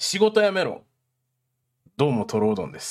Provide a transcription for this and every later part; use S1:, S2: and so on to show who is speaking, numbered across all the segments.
S1: 仕事辞めろ。どうもトロうどんです。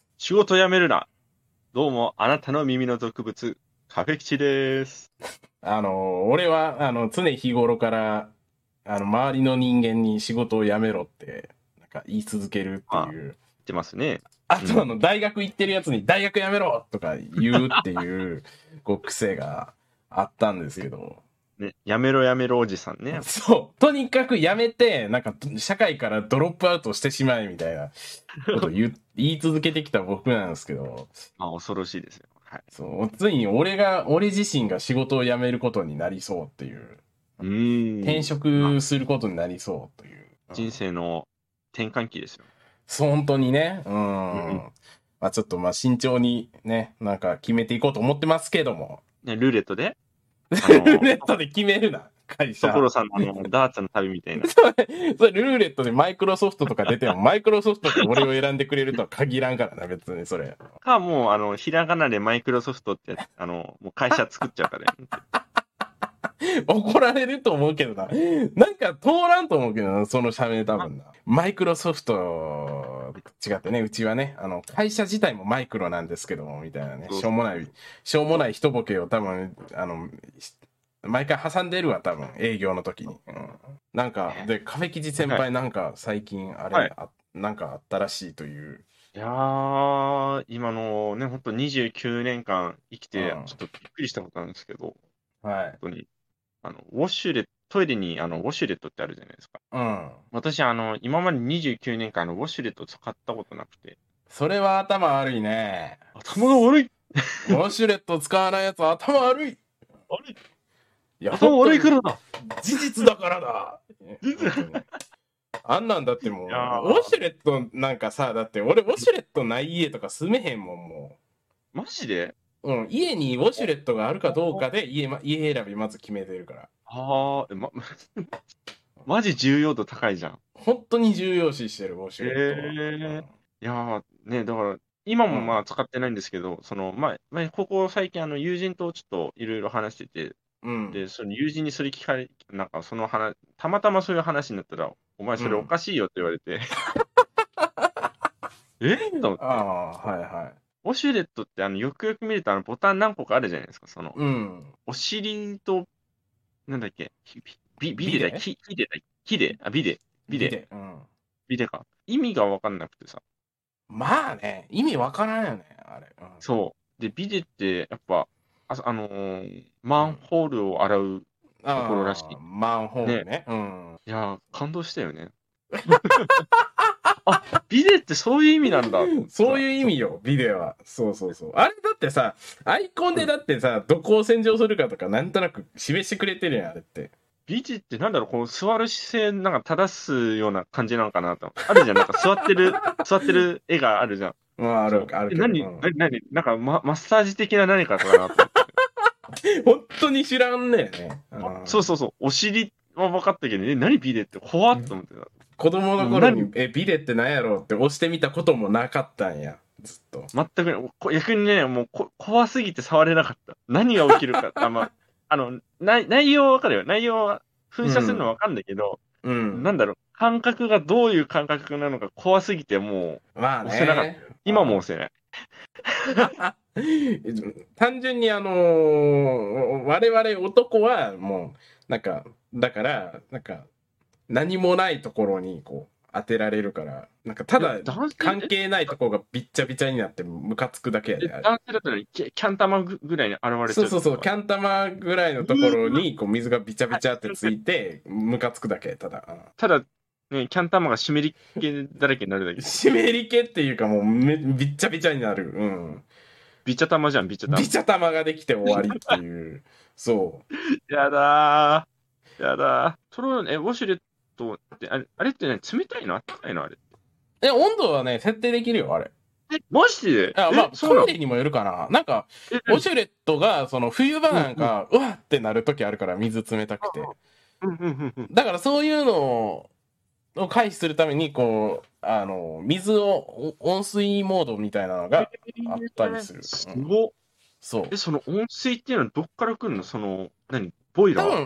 S2: 仕事辞めるな。どうも、あなたの耳の俗物、カフェ吉です。
S1: 俺は常日頃から周りの人間に仕事を辞めろってなんか言い続けるっていう。
S2: 言ってますね。
S1: あと大学行ってるやつに大学辞めろとか言うっていう癖があったんですけど。
S2: ね、やめろやめろおじさんね。
S1: そう。とにかく辞めて、なんか社会からドロップアウトしてしまえみたいなことを言い続けてきた僕なんですけど。
S2: まあ、恐ろしいですよ。はい。
S1: そう。ついに俺自身が仕事を辞めることになりそうっていう。転職することになりそうという。
S2: 人生の転換期ですよ。
S1: そう、本当にね。まあちょっと慎重にね、なんか決めていこうと思ってますけども。
S2: ね、ルーレットで
S1: ルーレットで決めるな、会社。
S2: 所さんのダーツの旅みたいな。
S1: それルーレットでマイクロソフトとか出ても、マイクロソフトが俺を選んでくれるとは限らんからな、別にそれ。
S2: か、もう、ひらがなでマイクロソフトって、もう会社作っちゃうからね。
S1: 怒られると思うけどな。なんか通らんと思うけどな、その社名多分な。マイクロソフト、違ってね、うちはね、会社自体もマイクロなんですけども、みたいなね、しょうもない一ボケを多分、毎回挟んでるわ、多分、営業の時に。なんか、で、カフェ吉先輩なんか最近、なんかあったらしいという。
S2: いやー、今のね、ほんと29年間生きて、ちょっとびっくりしたことなんですけど、
S1: はい。
S2: 本当に。ウォシュレット、トイレにウォシュレットってあるじゃないですか。私、今まで29年間ウォシュレット使ったことなくて。
S1: それは頭悪いね。
S2: 頭が悪い
S1: ウォシュレット使わないやつは頭悪い。
S2: 悪い
S1: いや、
S2: 頭悪いからだ。
S1: 事実だからだ。あんなんだってもう、ウォシュレットなんかさ、だって俺ウォシュレットない家とか住めへんもん、も
S2: う。マジで？
S1: 家にウォシュレットがあるかどうかで家選びまず決めてるから。
S2: マジ重要度高いじゃん。
S1: 本当に重要視してる、ウォシュレットは。
S2: いやね、だから、今も使ってないんですけど、ここ最近友人とちょっといろいろ話してて、で、その友人にそれ聞かれ、なんかその話、たまたまそういう話になったら、お前それおかしいよって言われて、と思って。
S1: はいはい。
S2: ウォシュレットってよくよく見るとボタン何個かあるじゃないですか。お尻と、なんだっけ、ビデだ、ヒデだ、ヒデ、ビデか。意味がわかんなくてさ。
S1: まあね、意味わからんよね、あれ。
S2: そう。で、ビデって、やっぱ、マンホールを洗うところらしい。
S1: マンホールね。
S2: いや、感動したよね。ビデってそういう意味なんだ。
S1: そういう意味よ、ビデは。そうそうそう。あれだってさ、アイコンでだってさ、どこを洗浄するかとかなんとなく示してくれてるやん、あれって。
S2: ビデってなんだろう、この座る姿勢なんか正すような感じなのかなと。あるじゃん、なんか座ってる絵があるじゃん。
S1: あるけど。
S2: 何なんかマッサージ的な何かかなと思って。
S1: 本当に知らんねえね。
S2: そうそうそう。お尻は分かったけど、何ビデって怖っと思ってた。
S1: 子供の頃に、ビデって何やろうって押してみたこともなかったんや。ずっと。
S2: 全く逆にね、もう怖すぎて触れなかった。何が起きるか。内容は分かるよ。内容は噴射するのは分かるんだけど、なんだろう、感覚がどういう感覚なのか怖すぎてもう、押せなかった。今も押せない。
S1: 単純に我々男はもう、なんか、だから、なんか、何もないところにこう当てられるから、なんかただ関係ないところがびっちゃびちゃになってムカつくだけやで。
S2: 男性だったらキャン玉ぐらいに現れちゃう。
S1: そう、キャン玉ぐらいのところにこう水がびちゃびちゃってついて、ムカつくだけ、ただ。
S2: ただ、ね、キャン玉が湿り気だらけになるだけ。
S1: 湿り気っていうかもうびっちゃびちゃになる。
S2: ビチャ玉じゃん、ビチャ玉。
S1: ビチャ玉ができて終わりっていう。そう。
S2: やだー。やだー。そのウォシュレットって、あれってね、冷たいのあったかいのあれ。
S1: 温度はね、設定できるよ、あれ。
S2: マジで？
S1: まあ、トイレにもよるかな。なんか、ウォシュレットが、冬場なんか、うわってなるときあるから、水冷たくて。だからそういうのを回避するために、こう、水を、温水モードみたいなのがあったりする。
S2: すごっ。
S1: そう。
S2: その温水っていうのはどっから来るの？ボイラー？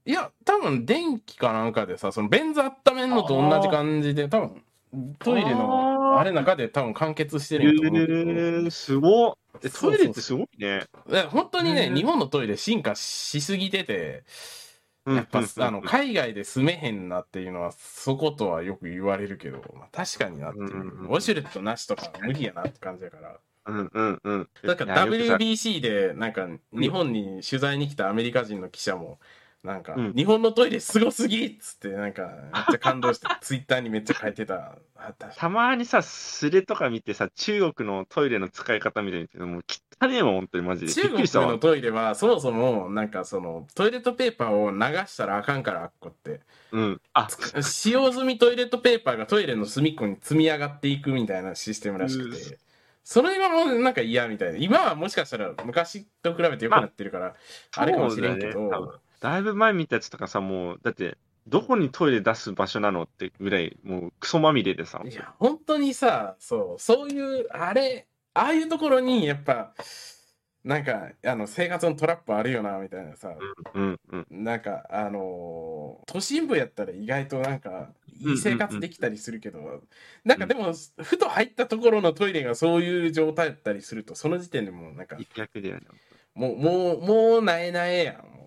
S1: いや、多分電気かなんかでさ、その便座温めんのと同じ感じで、多分トイレのあれ中で多分完結してるんやと思うけど。
S2: すごっ。トイレってすごいね。
S1: 本当にね、日本のトイレ進化しすぎてて、やっぱ、海外で住めへんなっていうのは、そことはよく言われるけど、まあ、確かになっていう。ウォシュレットなしとか無理やなって感じやから。だから WBC で、なんか、日本に取材に来たアメリカ人の記者も、なんか、日本のトイレすごすぎっつって、なんか、めっちゃ感動して、ツイッターにめっちゃ書いてた。
S2: たまにさ、スレとか見てさ、中国のトイレの使い方みたいな、もう汚ねえもん、本当にマジで。
S1: 中国のトイレは、そもそも、なんかその、トイレットペーパーを流したらあかんから、あっこって。使用済みトイレットペーパーがトイレの隅っこに積み上がっていくみたいなシステムらしくて。それがもうなんか嫌みたいな。今はもしかしたら昔と比べて良くなってるから、あれかもしれんけど。
S2: だいぶ前見たやつとかさ、もう、だって、どこにトイレ出す場所なのってぐらい、もうクソまみれでさ。
S1: いや、本当にさ、そういう、ああいうところに、やっぱ、なんか、生活のトラップあるよな、みたいなさ。なんか、都心部やったら意外となんか、いい生活できたりするけど、なんかでも、ふと入ったところのトイレがそういう状態だったりすると、その時点でもうなんか、
S2: 逆だよね。
S1: もう、なえなえやん。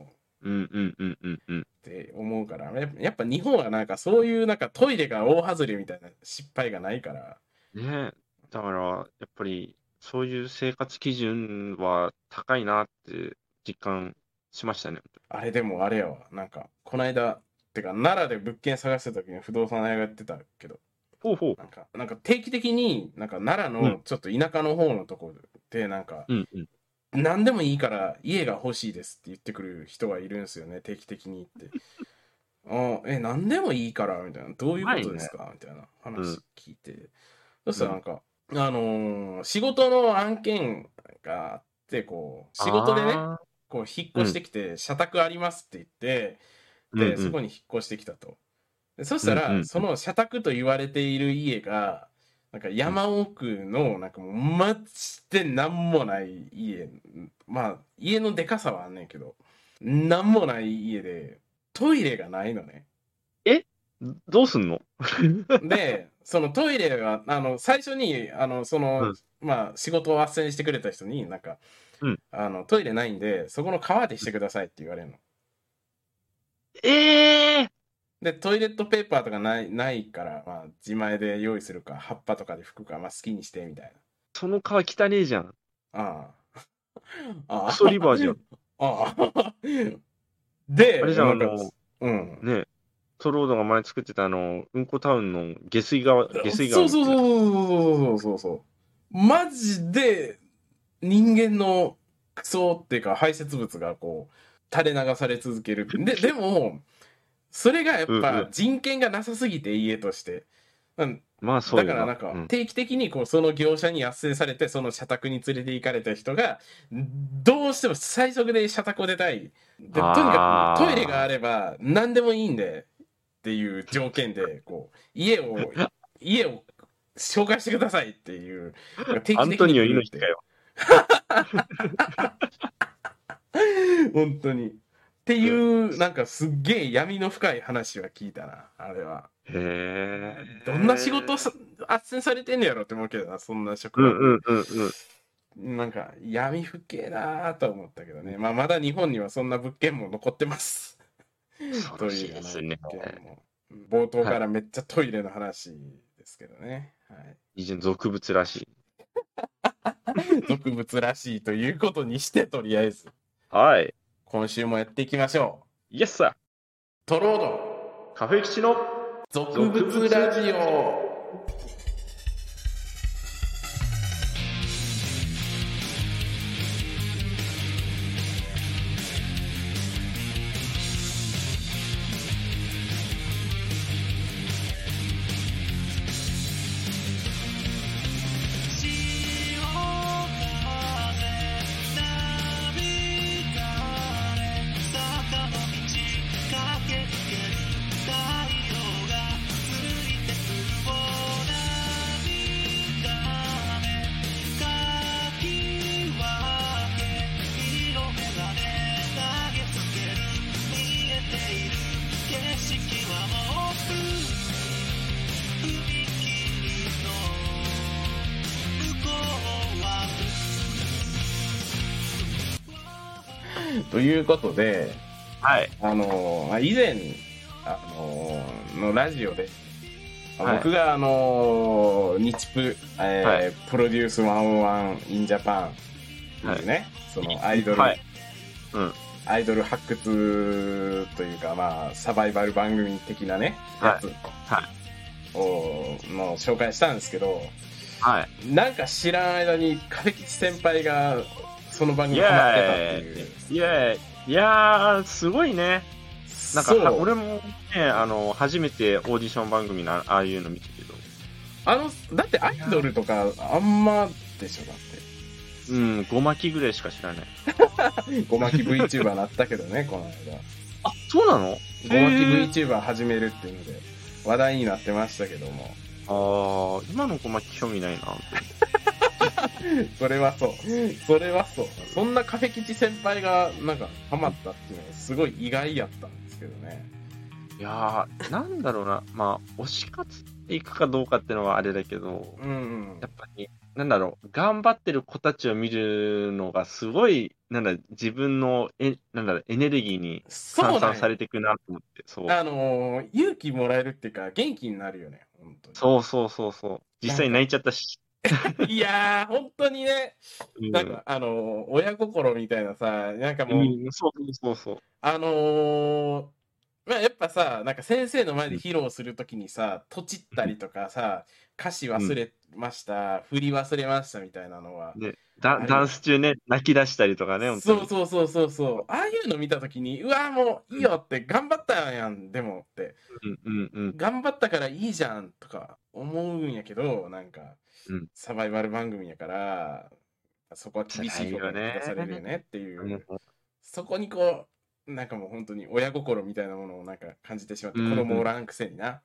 S1: って思うから、やっぱ日本はなんかそういうなんかトイレが大外れみたいな失敗がないから。
S2: ね、だからやっぱりそういう生活基準は高いなって実感しましたね。
S1: あれでもあれやわ、なんかこの間ってか奈良で物件探した時に不動産屋がやってたけど、なんか定期的になんか奈良のちょっと田舎の方のところでなんか、何でもいいから家が欲しいですって言ってくる人がいるんですよね、定期的に言って。何でもいいからみたいな、どういうことですかみたいな話聞いて。そしたらなんか、仕事の案件があって、こう、仕事でね、こう、引っ越してきて、社宅ありますって言って、で、そこに引っ越してきたと。そしたら、その社宅と言われている家が、なんか山奥の、なんかもう、マジでなんもない家。まあ、家のでかさはあんねんけど、なんもない家で、トイレがないのね。
S2: どうすんの
S1: で、そのトイレが、最初に、まあ、仕事を斡旋してくれた人に、なんか、トイレないんで、そこの川でしてくださいって言われるの。で、トイレットペーパーとかないから、まあ、自前で用意するか、葉っぱとかで拭くか、まあ、好きにして、みたいな。
S2: その川汚ねえじゃん。
S1: ク
S2: ソリバーじゃん。
S1: で、
S2: あれじゃん、ね、トロードが前作ってたうんこタウンの下水川。
S1: そう。マジで、人間のクソっていうか排泄物がこう、垂れ流され続ける。でも、それがやっぱ人権がなさすぎて、家として。
S2: まあそう
S1: だからなんか定期的にこうその業者に斡旋されてその社宅に連れて行かれた人がどうしても最速で社宅を出たい。とにかくトイレがあれば何でもいいんでっていう条件でこう家を紹介してくださいっていう
S2: 定期的にアントニオ猪木かよ。
S1: 本当に。っていうなんかすっげえ闇の深い話は聞いたな、あれは。どんな仕事斡旋されてんのやろって思うけどな、そんな職場。なんか闇深えなーと思ったけどね。まあまだ日本にはそんな物件も残ってます。
S2: トイレですね。
S1: 冒頭からめっちゃトイレの話ですけどね。
S2: 以前俗物らしい。
S1: 俗物らしいということにしてとりあえず。
S2: はい。
S1: 今週もやっていきましょ
S2: う。イエスサー。
S1: トロード
S2: カフェ吉の
S1: 俗物ラジオ。 ということで、
S2: はい。
S1: 以前、のラジオで、
S2: はい
S1: 僕が日プ、
S2: はい、
S1: プロデュース101 in Japan っていうね、そのアイドル、
S2: はい。うん。
S1: アイドル発掘というか、まあ、サバイバル番組的なね、やつ
S2: はい。
S1: の紹介したんですけど、
S2: はい。
S1: なんか知らん間に壁吉先輩がその番組ハマってたっていう。
S2: いやー、すごいね。なんか
S1: そう
S2: 俺もね、初めてオーディション番組のああいうの見たけど。
S1: だってアイドルとかあんまでしょ、だって。
S2: うん、ごまきぐらいしか知らない。
S1: ごまき VTuber なったけどね、この間。
S2: あ、そうなの？
S1: ごまき VTuber 始めるっていうので話題になってましたけども。
S2: 今のごまき興味ないな。
S1: それはそう。それはそう。そんな壁吉先輩がなんかハマったっていうのはすごい意外やったんですけどね。
S2: いやー、なんだろうな。まあ、推し活っていくかどうかってのはあれだけど、やっぱり、なんだろう、頑張ってる子たちを見るのがすごい、自分の、なんだろう、エネルギーに換算されていくなと思って、そう。
S1: 勇気もらえるっていうか、元気になるよね、本当に。
S2: そう。実際泣いちゃったし。
S1: いやー、本当にね、なんか、親心みたいなさ、なんかもう、
S2: そう。
S1: まあ、やっぱさ、なんか先生の前で披露するときにさ、とちったりとかさ、歌詞忘れました、振り忘れましたみたいなのは。
S2: ね、ダンス中ね、泣き出したりとかね、本当に。
S1: そう。ああいうの見たときに、うわ、もういいよって、頑張ったやん、でもって。頑張ったからいいじゃんとか思うんやけど、なんか、サバイバル番組やから、そこは厳しいことに下されるよねっていう、そこにこう、なんかもう本当に親心みたいなものをなんか感じてしまって、子供おらんくせにな。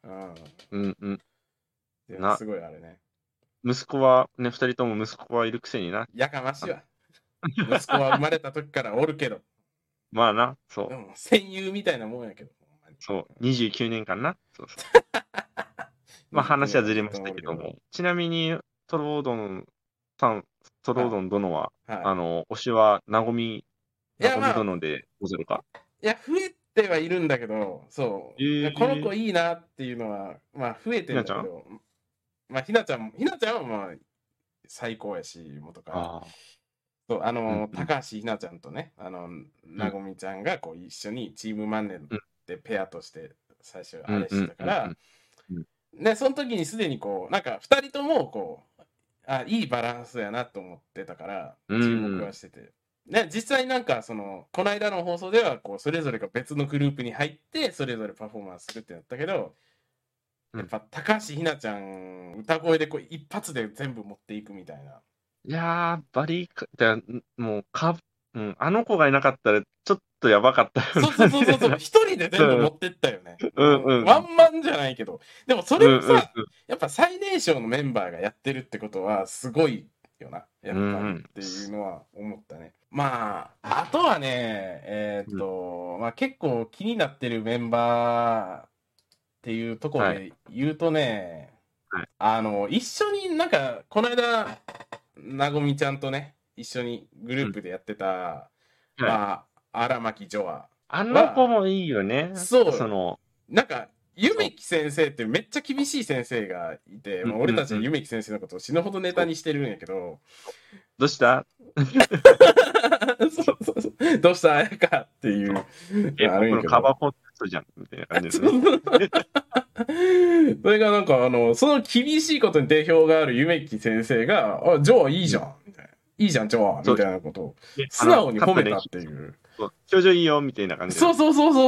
S1: すごいあれね。
S2: 息子は、ね、二人とも息子はいるくせにな。
S1: やかましいわ。息子は生まれた時からおるけど。
S2: まあな、そう。
S1: 戦友みたいなもんやけど。
S2: そう、29年間な。そう。まあ話はずれましたけども。ちなみに、トロードン殿は、推しは、なごみ殿でござるか？
S1: いや、増えてはいるんだけど、そう。この子いいなっていうのは、まあ増えてるんだけど、まあひなちゃんはまあ最高やし、元から。そう、高橋ひなちゃんとね、なごみちゃんがこう一緒にチームマンネでペアとして最初あれしてたから、で、その時にすでにこう、なんか2人ともこう、いいバランスやなと思ってたから、注目はしてて。で、実際なんかこの間の放送ではこう、それぞれが別のグループに入って、それぞれパフォーマンスするってなったけど、やっぱ高橋ひなちゃん、歌声でこう一発で全部持っていくみたいな。
S2: いやー、もうあの子がいなかったら、ちょっとやばかったよ
S1: ね。そう。一人で全部持ってったよね。ワンマンじゃないけど。でもそれもさ、やっぱ最年少のメンバーがやってるってことは、すごいよな。やっぱりっていうのは思ったね。まあ、あとはね、まあ結構気になってるメンバーっていうところで言うとね、一緒になんか、この間、なごみちゃんとね、一緒にグループでやってた、まあ、荒牧ジョア。
S2: あの子もいいよね。
S1: そう。なんか、夢木先生ってめっちゃ厳しい先生がいて、まあ、俺たちは夢木先生のことを死ぬほどネタにしてるんやけど。
S2: どうした
S1: そう。どうしたやかっていう。
S2: 僕のカバーポットじゃん、みたいな感じですね。
S1: それがなんか、その厳しいことに定評がある夢木先生が、ジョアいいじゃん、みたいな。いいじゃん、ジョア、みたいなことを、素直に褒めたっていう。
S2: 表情いいよ、みたいな感じで。
S1: そう。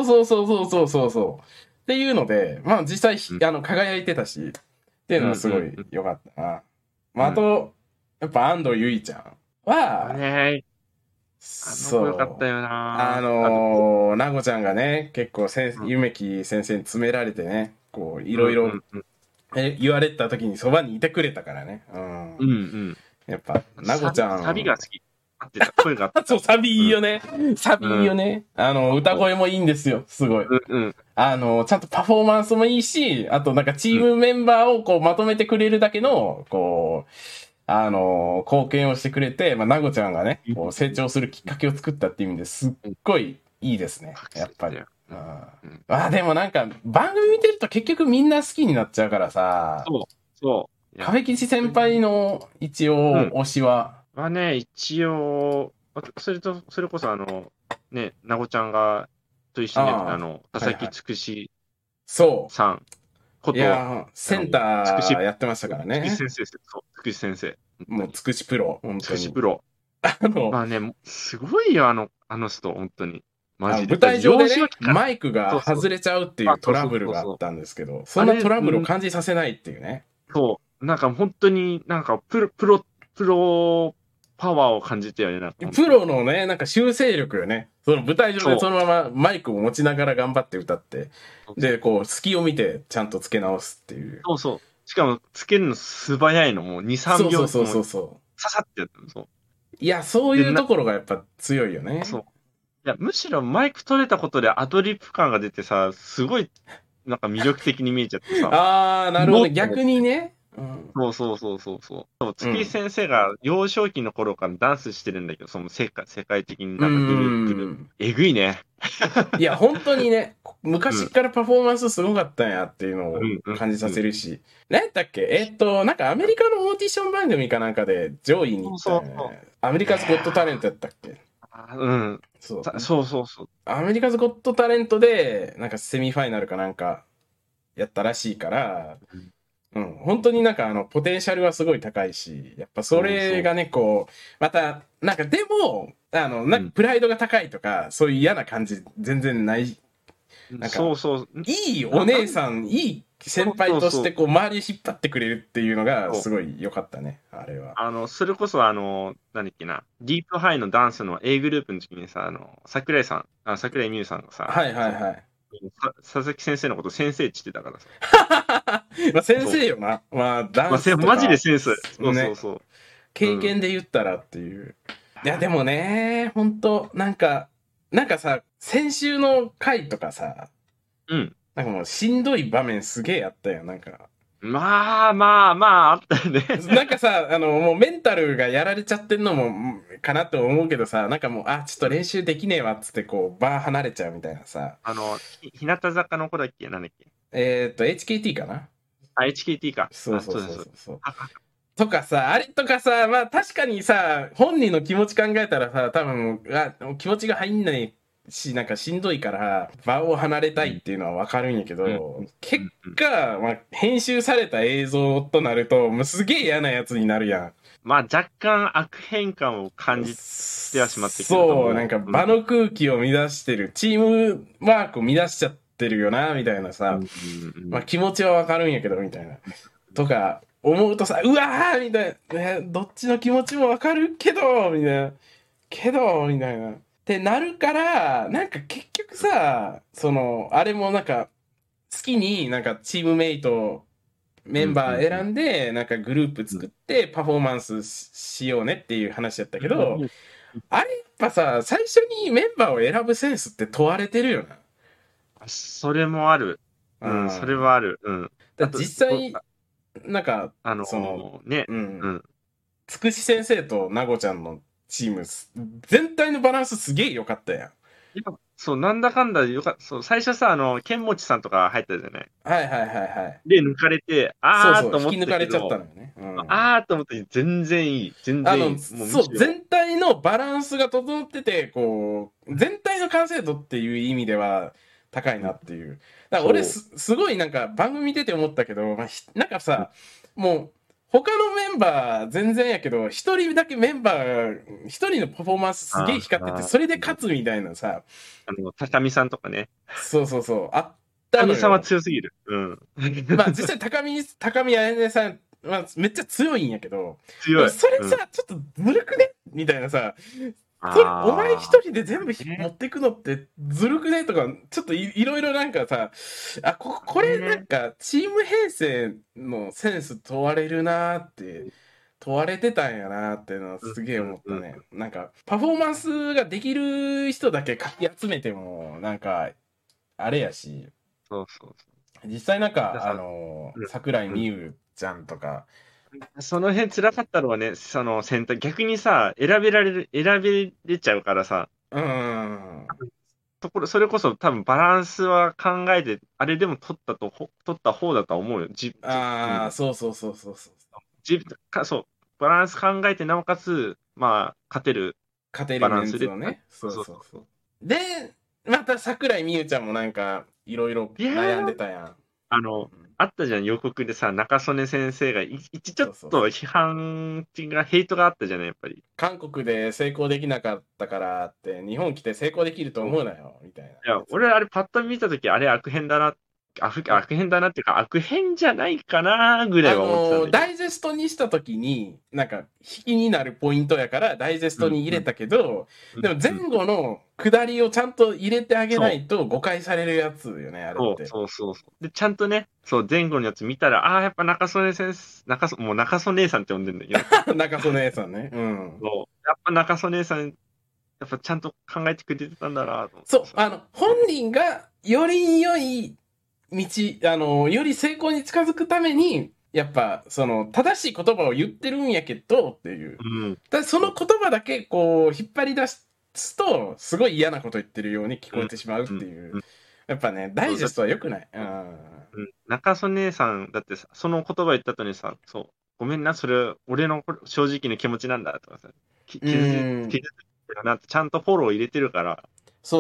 S1: っていうので、まあ実際、輝いてたし、っていうのはすごい良かったな。まああと、やっぱ安藤結衣ちゃんは、
S2: そう。よかったよな。
S1: なごちゃんがね、結構夢木先生に詰められてね、こう、いろいろ言われた時にそばにいてくれたからね。やっぱ、なごちゃん。
S2: サビが好き。声が
S1: そう、サビいいよね。サビいいよね。歌声もいいんですよ、すごい。ちゃんとパフォーマンスもいいし、あとなんかチームメンバーをこうまとめてくれるだけの、こ貢献をしてくれて、まあ、なごちゃんがね、こう成長するきっかけを作ったっていう意味ですっごいいいですね、やっぱり。でもなんか、番組見てると結局みんな好きになっちゃうからさ、
S2: そう。
S1: 壁吉先輩の一応推しは、
S2: ね、一応、それこそね、なごちゃんが、と一緒にやってた佐々木つくしさんこと、
S1: いや、センターやってましたからね。
S2: つくし先生です。そう、つくし先生。
S1: もうつくしプロ、本当に。
S2: つくしプロ。まあね、すごいよ、あの人、本当に。マジで。
S1: 舞台上でね、マイクが外れちゃうっていうトラブルがあったんですけど、そんなトラブルを感じさせないっていうね。
S2: そう。なんか本当になんかプロパワーを感じたよね。なんか
S1: プロのね、なんか修正力よね。その舞台上でそのままマイクを持ちながら頑張って歌って、で、こう、隙を見てちゃんと付け直すっていう。
S2: そうそう。しかも、つけるの素早いの、もう2、3秒
S1: そう。
S2: ささってやってる。そう。
S1: いや、そういうところがやっぱ強いよね。
S2: そう。いや、むしろマイク取れたことでアドリブ感が出てさ、すごい、なんか魅力的に見えちゃってさ。
S1: なるほど。逆にね。
S2: そう。月先生が幼少期の頃からダンスしてるんだけど、その世界的になんかグループ。えぐいね。
S1: いや、本当にね、昔からパフォーマンスすごかったんやっていうのを感じさせるし。何やったっけなんかアメリカのオーディション番組かなんかで上位に行ったよね。アメリカズゴットタレントやったっけ？そう。アメリカズゴットタレントで、なんかセミファイナルかなんかやったらしいから、本当になんかポテンシャルはすごい高いし、やっぱそれがね、こう、また、なんかでも、なんかプライドが高いとか、そういう嫌な感じ全然ない。なんか、いいお姉さん、いい先輩としてこう周り引っ張ってくれるっていうのがすごい良かったね、あれは。
S2: それこそ何だっけな、ディープハイのダンスの A グループの時にさ、桜井美優さんがさ、
S1: はい。
S2: 佐々木先生のこと先生って言ってたからさ。
S1: まあ先生よな。まあダンスとか。
S2: マジで先生。そう。
S1: 経験で言ったらっていう。いやでもね、本当なんかさ、先週の回とかさ、なんかもうしんどい場面すげえあったよ、なんか。
S2: まあ、あったよね。
S1: なんかさ、もうメンタルがやられちゃってんのも、かなと思うけどさ、なんかもう、ちょっと練習できねえわっつって、こう、場離れちゃうみたいなさ。
S2: 日向坂の子だっけなんだっけ
S1: HKT かな
S2: HKT か。
S1: そう。とかさ、あれとかさ、まあ確かにさ、本人の気持ち考えたらさ、多分、気持ちが入んないし、なんかしんどいから場を離れたいっていうのはわかるんやけど、結果、まあ、編集された映像となると、もうすげえ嫌なやつになるやん。
S2: まあ若干悪変感を感じてはしまってくる
S1: そう、なんか場の空気を乱してる、チームワークを乱しちゃってるよな、みたいなさ、まあ気持ちはわかるんやけど、みたいな。とか、思うとさ、うわーみたいな、どっちの気持ちもわかるけど、みたいな。みたいな。ってなるから、なんか結局さ、あれもなんか、好きになんかチームメイト、メンバー選んで、なんかグループ作ってパフォーマンスしようねっていう話やったけど、あれやっぱさ、最初にメンバーを選ぶセンスって問われてるよな。
S2: それもある。それはある。
S1: 実際、なんか、つくし先生となごちゃんのチーム、全体のバランスすげえ良かったやん。
S2: そう、なんだかんだそう、最初さ、剣持さんとか入ったじゃない。
S1: はい。
S2: で、抜かれて、と思って。
S1: 引き抜かれちゃったのよね。
S2: と思って、全然いい。
S1: そう、全体のバランスが整ってて、こう、全体の完成度っていう意味では高いなっていう。だから俺すごいなんか番組見てて思ったけど、なんかさ、もう、他のメンバー全然やけど、一人だけメンバー、一人のパフォーマンスすげえ光ってて、それで勝つみたいなさ。
S2: 高見さんとかね。
S1: そう。あ
S2: ったのよ。高見さんは強すぎる。
S1: まあ実際高見彩音さん、まあ、めっちゃ強いんやけど、
S2: 強い。
S1: それさ、ちょっとずるくねみたいなさ、お前一人で全部持っていくのってずるくねとか、ちょっといろいろなんかさ、これなんかチーム編成のセンス問われるなーって、問われてたんやなーっていうのはすげえ思ったね。なんか、パフォーマンスができる人だけかき集めても、なんか、あれやし、実際なんか、桜井美優ちゃんとか、
S2: その辺辛かったのはね、その選択、逆にさ、選べれちゃうからさ、それこそ多分バランスは考えて、あれでも取った方だとは思うよ。
S1: そうそうそうそうそう。
S2: そう、バランス考えて、なおかつ、まあ、
S1: 勝てるメン
S2: バランスで。
S1: ツをね。
S2: そうそうそう。
S1: で、また桜井美優ちゃんもなんか、いろいろ悩んでたやん。
S2: あったじゃん、予告でさ、中曽根先生が、ちょっと批判が、ヘイトがあったじゃない、やっぱり。
S1: 韓国で成功できなかったからって、日本来て成功できると思うなよ、みたいな。い
S2: や、俺、あれパッと見たとき、あれ悪編だな、悪編だなっていうか、悪編じゃないかな、ぐらいは思ってたんだけど。
S1: ダイジェストにしたときに、なんか、引きになるポイントやから、ダイジェストに入れたけど、でも前後の下りをちゃんと入れてあげないと誤解されるやつよね、あれって。
S2: そう。で、ちゃんとね、前後のやつ見たら、やっぱ中曽根先生、もう中曽姉さんって呼んでんだけど。
S1: 中曽姉さんね。
S2: やっぱ中曽姉さん、やっぱちゃんと考えてくれてたんだなと思って。
S1: そう、本人がより良い道、より成功に近づくために、やっぱ、正しい言葉を言ってるんやけど、っていう。その言葉だけ、こう、引っ張り出すと、すごい嫌なこと言ってるように聞こえてしまうっていう。やっぱね、ダイジェストは良くない。
S2: 中曽姉さん、だってさ、その言葉言った後にさ、ごめんな、それ、俺の正直な気持ちなんだとかさ、傷ついてるなってちゃんとフォロー入れてるから。
S1: そう。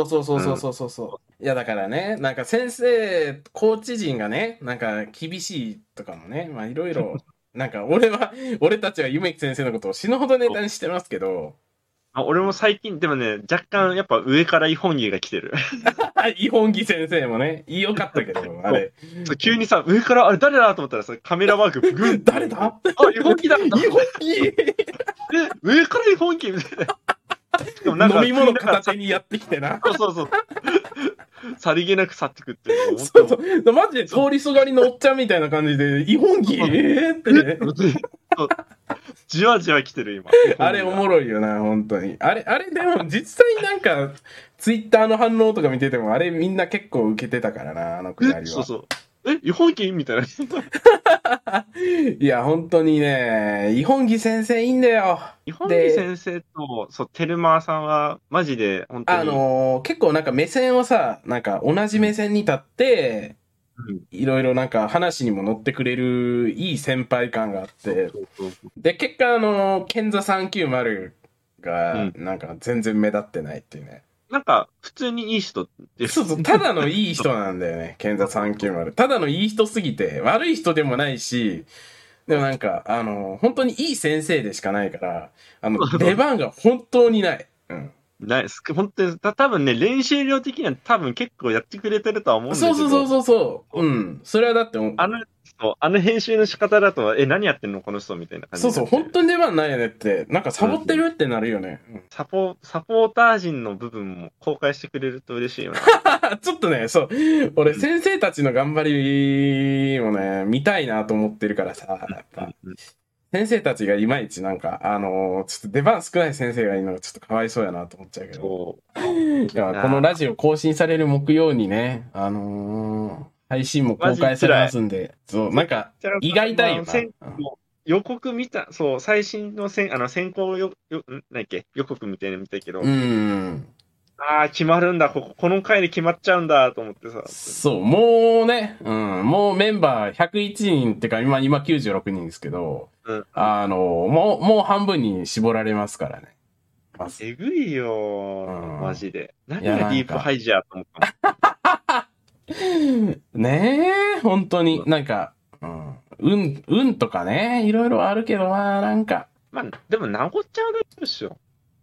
S1: いや、だからね、なんか先生、コーチ陣がね、なんか厳しいとかもね、まあいろいろ、なんか俺たちは夢木先生のことを死ぬほどネタにしてますけど、
S2: 俺も最近、でもね、若干やっぱ上からイホンギが来てる。
S1: イホンギ先生もね、よかったけど、あれ。
S2: 急にさ、上からあれ誰だと思ったらさ、カメラワークグン。
S1: 誰だ
S2: イホンギだイホン
S1: ギ
S2: 上からイホンギみたいな。
S1: 飲み物片手にやってきてな。
S2: そう。さりげなく去ってくっていう。
S1: そう。マジで通りすがりのおっちゃんみたいな感じで、イホンギってね。
S2: じわじわ来てる今。
S1: あれおもろいよな、本当に。あれでも実際なんか、ツイッターの反応とか見てても、あれみんな結構受けてたからな、あのくだりは。
S2: そう。イホンギみたいな。
S1: いや、本当にね、イホンギ先生いいんだよ。
S2: イホンギ先生と、テルマーさんは、マジで、本当に。
S1: 結構なんか目線をさ、なんか同じ目線に立って、いろいろなんか話にも乗ってくれるいい先輩感があって、で、結果ケンザ390が、なんか全然目立ってないっていうね。
S2: なんか、普通にいい人です。
S1: そう、ただのいい人なんだよね、ケンザ390。ただのいい人すぎて、悪い人でもないし、でもなんか、本当にいい先生でしかないから、出番が本当にない。
S2: ないです。本当に、多分ね、練習量的には多分結構やってくれてるとは思うんだけど。
S1: そう。それはだって
S2: あの編集の仕方だと、何やってんのこの人みたいな感じ。
S1: そう、本当に出番ないよねって、なんかサボってるってなるよね。
S2: サポーター陣の部分も公開してくれると嬉しいよね。
S1: ちょっとね、そう。俺、先生たちの頑張りもね、見たいなと思ってるからさ、やっぱ。先生たちがいまいちなんか、ちょっと出番少ない先生がいるのがちょっとかわいそうやなと思っちゃうけど。いや、このラジオ更新される木曜にね、配信も公開されますんで、そう、なんか、意外たいよな。
S2: 予告見た、最新の先行何やっけ、予告みたいなの見たけど、決まるんだ、この回で決まっちゃうんだと思ってさ。
S1: そう、もうね、もうメンバー101人ってか、今96人ですけど、もう半分に絞られますからね。
S2: えぐいよ、マジで。何がディープハイジャーと思った
S1: のねえ、本当に、なんか、運とかね、いろいろあるけど、なんか。
S2: まあ、でも、なごちゃんは大丈夫っしょ。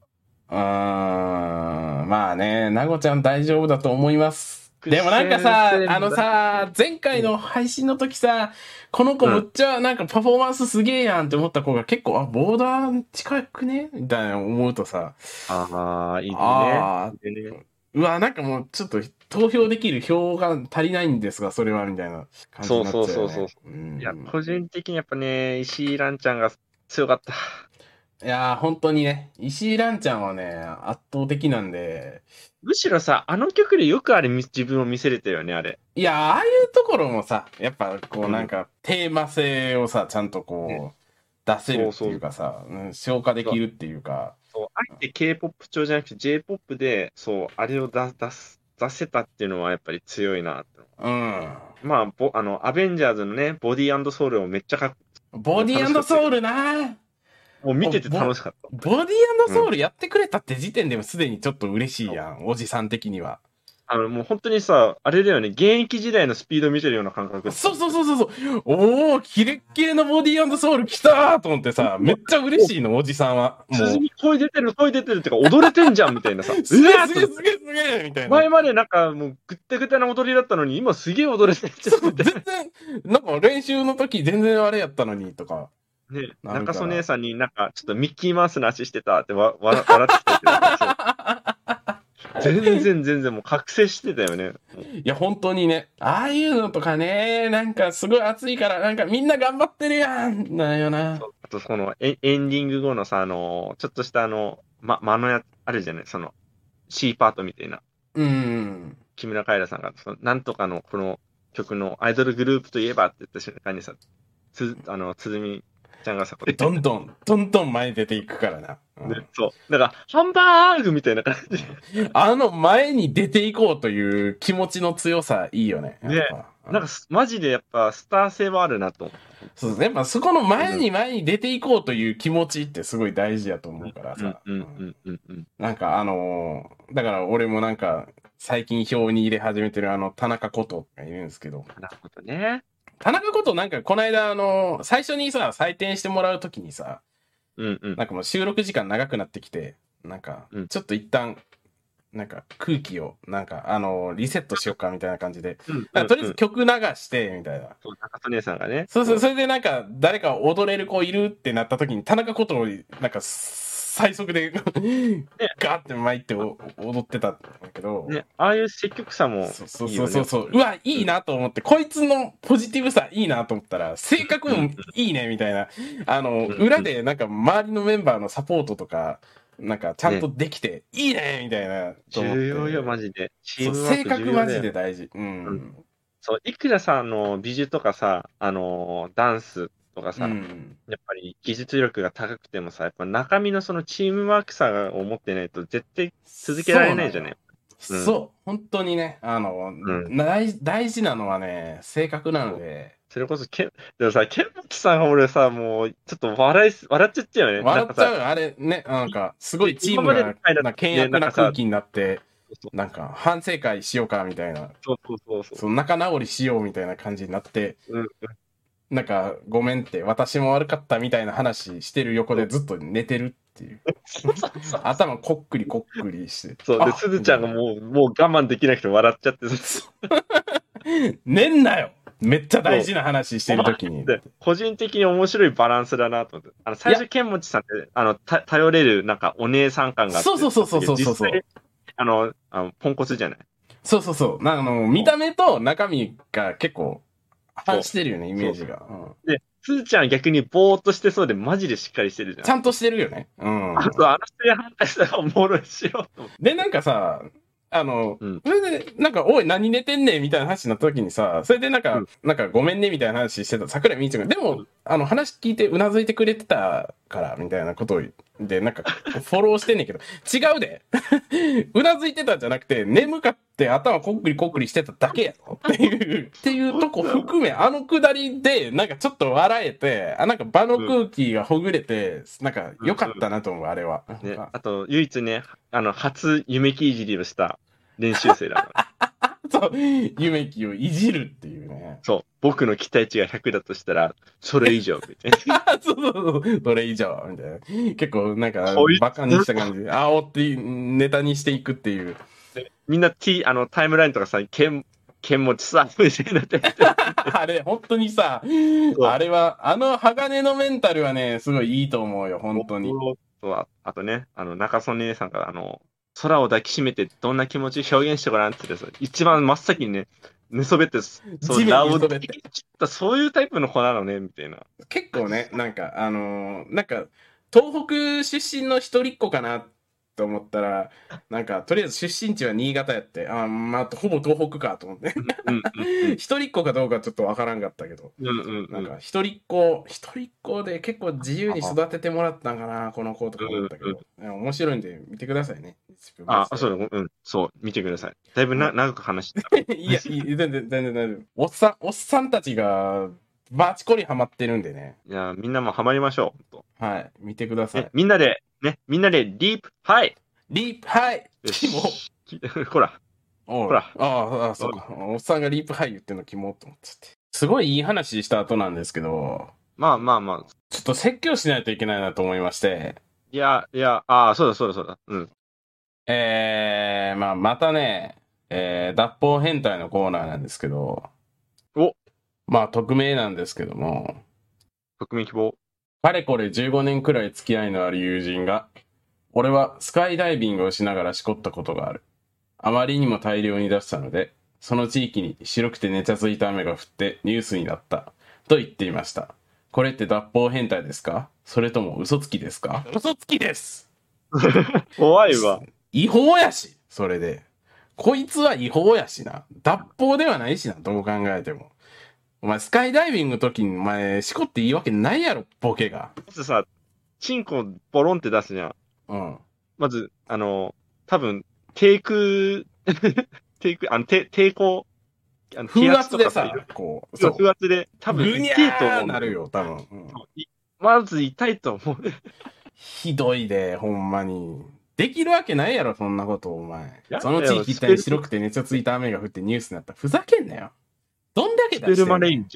S1: まあね、なごちゃん大丈夫だと思います。でもなんかさ、前回の配信の時さ、この子むっちゃなんかパフォーマンスすげえやんって思った子が結構、ボーダー近くねみたいな思うとさ。
S2: いいね。
S1: うわ、なんかもうちょっと投票できる票が足りないんですが、それはみたいな感じになっちゃう、ね。
S2: そう。いや、個人的にやっぱね、石井蘭ちゃんが強かった。
S1: いやー、本当にね、石井蘭ちゃんはね、圧倒的なんで。
S2: むしろさ、あの曲でよく自分を見せれたよね、あれ。
S1: いや、ああいうところもさ、やっぱこうなんか、テーマ性をさ、ちゃんとこう、 出せるっていうかさ、消化できるっていうか。
S2: そう、あえて K-POP 調じゃなくて J-POP で、そう、あれを出せたっていうのはやっぱり強いなって。
S1: うん。
S2: まあ、アベンジャーズのね、ボディーソウルもめっちゃ
S1: ボディーソウルな
S2: もう見てて楽しかった。
S1: ボディーソウルやってくれたって時点でもすでにちょっと嬉しいやん、おじさん的には。
S2: もう本当にさ、あれだよね、現役時代のスピード見てるような感覚。
S1: そう。おー、キレッキレのボディーソウル来たーと思ってさ、めっちゃ嬉しいの、おじさんは。
S2: もう。声出てるってか、踊れてんじゃんみたいなさ。
S1: すげえみたいな。
S2: 前までなんかもうぐってぐてな踊りだったのに、今すげえ踊れてんじゃんみたいな。
S1: 全然、なんか練習の時全然あれやったのにとか。
S2: ね、中曽姉さんになんかちょっとミッキーマウスの足してたって笑ってきたけど。全然もう覚醒してたよね。
S1: いや、本当にね、ああいうのとかね、なんかすごい熱いから、なんかみんな頑張ってるやんなんよな。
S2: あとそのエンディング後のさ、ちょっとした間のやつ、あるじゃない、その C パートみたいな。木村カエラさんが、なんとかのこの曲のアイドルグループといえばって言った瞬間にさ、鼓ちゃんがさ、
S1: どんどん前に出ていくからな。
S2: そう。だから、ハンバーグみたいな感じ。
S1: 前に出ていこうという気持ちの強さ、いいよね。
S2: ね。なんか、マジでやっぱ、スター性はあるなと。
S1: そうですね。まあ、そこの前に出ていこうという気持ちってすごい大事やと思うからさ。なんかだから俺もなんか、最近表に入れ始めてる田中琴がいるんですけど。
S2: なるほどね。
S1: 田中ことなんかこの間最初にさ採点してもらうときにさ、なんかもう収録時間長くなってきて、なんかちょっと一旦なんか空気をなんかリセットしようかみたいな感じで、とりあえず曲流してみたいな。
S2: そう、中曽姉さんがね。
S1: それでなんか誰か踊れる子いるってなったときに田中ことをなんか最速でガーって巻いて踊ってたんだけど、
S2: ね、ああいう積極さも
S1: そう、うわいいなと思って、こいつのポジティブさいいなと思ったら性格もいいねみたいな、裏でなんか周りのメンバーのサポートとかなんかちゃんとできていいねみたいなと思って。
S2: 重要よマジで。
S1: 性格マジで大事。
S2: そう、いくらさ美術とかさダンスとかさ、やっぱり技術力が高くてもさ、やっぱ中身のそのチームワークさを持ってないと絶対続けられないじゃない。
S1: そう、本当にね、大事なのはね、性格なので。
S2: それこそ、でもさ、ケンモチさんが俺さ、もう、ちょっと笑っちゃったよね。
S1: 笑っちゃうよ、あれね、なんか、すごいチームが険悪な空気になって、なんか、反省会しようか、みたいな。そう。仲直りしよう、みたいな感じになって、なんか、ごめんって、私も悪かったみたいな話してる横でずっと寝てるっていう。頭こっくりして。
S2: そう、で、すずちゃんがもう我慢できなくて笑っちゃって。
S1: 寝んなよめっちゃ大事な話してるときに。
S2: 個人的に面白いバランスだなと思って。最初、ケンモチさんって、頼れる、なんか、お姉さん感があって。
S1: そう。
S2: 実際ポンコツじゃない。
S1: そう。見た目と中身が結構、反してるよね、イメージが。
S2: で、すずちゃん逆にぼーっとしてそうで、マジでしっかりしてるじゃん。
S1: ちゃんとしてるよね。
S2: あと、人に反対したらおもろいしよ。
S1: で、なんかさ、それで、なんか、おい、何寝てんねんみたいな話になった時にさ、それでなんかごめんねみたいな話してた桜井みーちゃんが、でも、話聞いてうなずいてくれてたから、みたいなことをで、なんか、フォローしてんねんけど、違うでうなずいてたんじゃなくて、眠かって頭こっくりしてただけやろっていうとこ含め、くだりで、なんかちょっと笑えて、なんか場の空気がほぐれて、なんか良かったなと思う、あれは。
S2: ね、あと、唯一ね、初夢木いじりをした練習生だから。
S1: そう、夢木をいじるっていうね。
S2: そう、僕の期待値が100だとしたら、それ以上、みたいな。
S1: そう、それ以上、みたいな。結構、なんか、バカにした感じで、煽ってネタにしていくっていう。
S2: みんなタイムラインとかさ、ケンモチさ、みたいなって。
S1: あれ、本当にさ、あれは、鋼のメンタルはね、すごいいいと思うよ、本当に。
S2: あとね、中曽根さんが、空を抱きしめてどんな気持ち表現してごらんって言ってさ、一番真っ先にね、寝そべって、そういうタイプの子なのね、みたいな。
S1: 結構ね、なんか、東北出身の一人っ子かなっって思ったら、なんか、とりあえず出身地は新潟やって、まあ、ほぼ東北かと思って。一人っ子かどうかちょっとわからんかったけど、なんか、一人っ子で結構自由に育ててもらったんかな、この子とか思ったけど、面白いんで見てくださいね。
S2: そう、見てください。だいぶ長く話した。
S1: いや、全然大丈夫。おっさんたちが、バチコリハマってるんでね。
S2: いや、みんなもハマりましょう。
S1: はい、見てください。
S2: みんなで、リープハイ
S1: キモ
S2: ほら。
S1: そうか。おっさんがリープハイ言ってんのキモと思っちゃって。すごいいい話した後なんですけど。
S2: まあ。
S1: ちょっと説教しないといけないなと思いまして。
S2: そうだ。うん。
S1: またね、脱法変態のコーナーなんですけど。匿名なんですけども。
S2: 匿名希望。
S1: かれこれ15年くらい付き合いのある友人が、俺はスカイダイビングをしながらしこったことがある。あまりにも大量に出したので、その地域に白くてネチャついた雨が降ってニュースになった。と言っていました。これって脱法変態ですか？それとも嘘つきですか？嘘つきです。
S2: 怖いわ。
S1: 違法やし、それで。こいつは違法やしな。脱法ではないしな、どう考えても。お前、スカイダイビングの時に、お前、しこっていいわけないやろ、ボケが。
S2: まずさ、チンコボロンって出すじゃん。
S1: うん。
S2: まず、多分、抵抗、
S1: 風圧でさ、こう、
S2: 風圧で、多分、
S1: ぐにゃーなるよ、多分。
S2: まず痛いと思う。
S1: ひどいで、ほんまに。できるわけないやろ、そんなこと、お前。その地域一帯に白くて熱ついた雨が降ってニュースになったら、ふざけんなよ。どんだけ出してんの？
S2: スペルマレイン。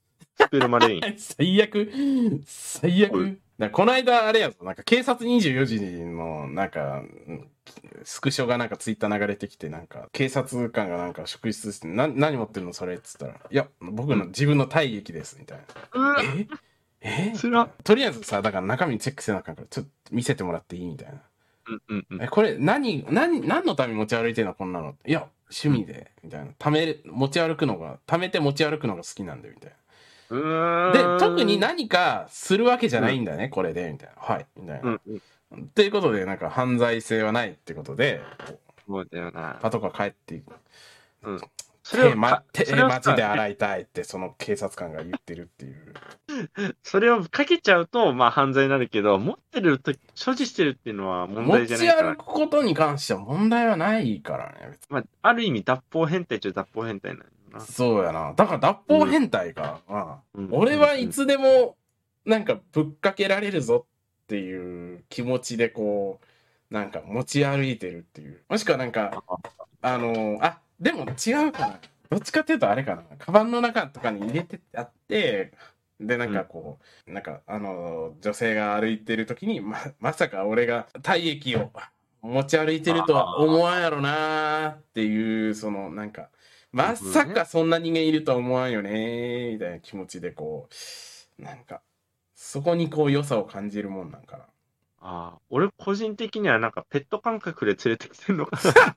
S1: 最悪。この間、あれやぞ、なんか警察24時の、なんか、スクショがなんかツイッター流れてきて、なんか、警察官がなんか職質して、何持ってるのそれっつったら、いや、僕の自分の体液です、みたいな。とりあえずさ、だから中身チェックせなあかんから、ちょっと見せてもらっていいみたいな。これ、何のために持ち歩いてんのこんなの。いや、趣味で、みたいな。貯めて持ち歩くのが好きなんで、みたいな。で、特に何かするわけじゃないんだね、これで、みたいな。はい、みたいな。ということで、なんか犯罪性はないってことで、
S2: そうだよな。
S1: パトカー帰っていく。
S2: 手
S1: 街で洗いたいって、その警察官が言ってるっていう。
S2: それをかけちゃうと、まあ犯罪になるけど、持ってると、所持してるっていうのは問題じゃないから。
S1: 持ち歩くことに関しては問題はないからね。
S2: まあ、ある意味脱法変態っちゃ脱法変態なんだな。
S1: そうやな。だから脱法変態か。俺はいつでも、なんかぶっかけられるぞっていう気持ちでこう、なんか持ち歩いてるっていう。もしくはなんか、でも違うかな。どっちかっていうとあれかな。カバンの中とかに入れてあって、で、なんかこう、なんか女性が歩いてる時に、まさか俺が体液を持ち歩いてるとは思わんやろなーっていう、そのなんか、まさかそんな人間いるとは思わんよねーみたいな気持ちでこう、なんか、そこにこう良さを感じるもんなんかな。
S2: 俺個人的にはなんかペット感覚で連れてきてんのかな。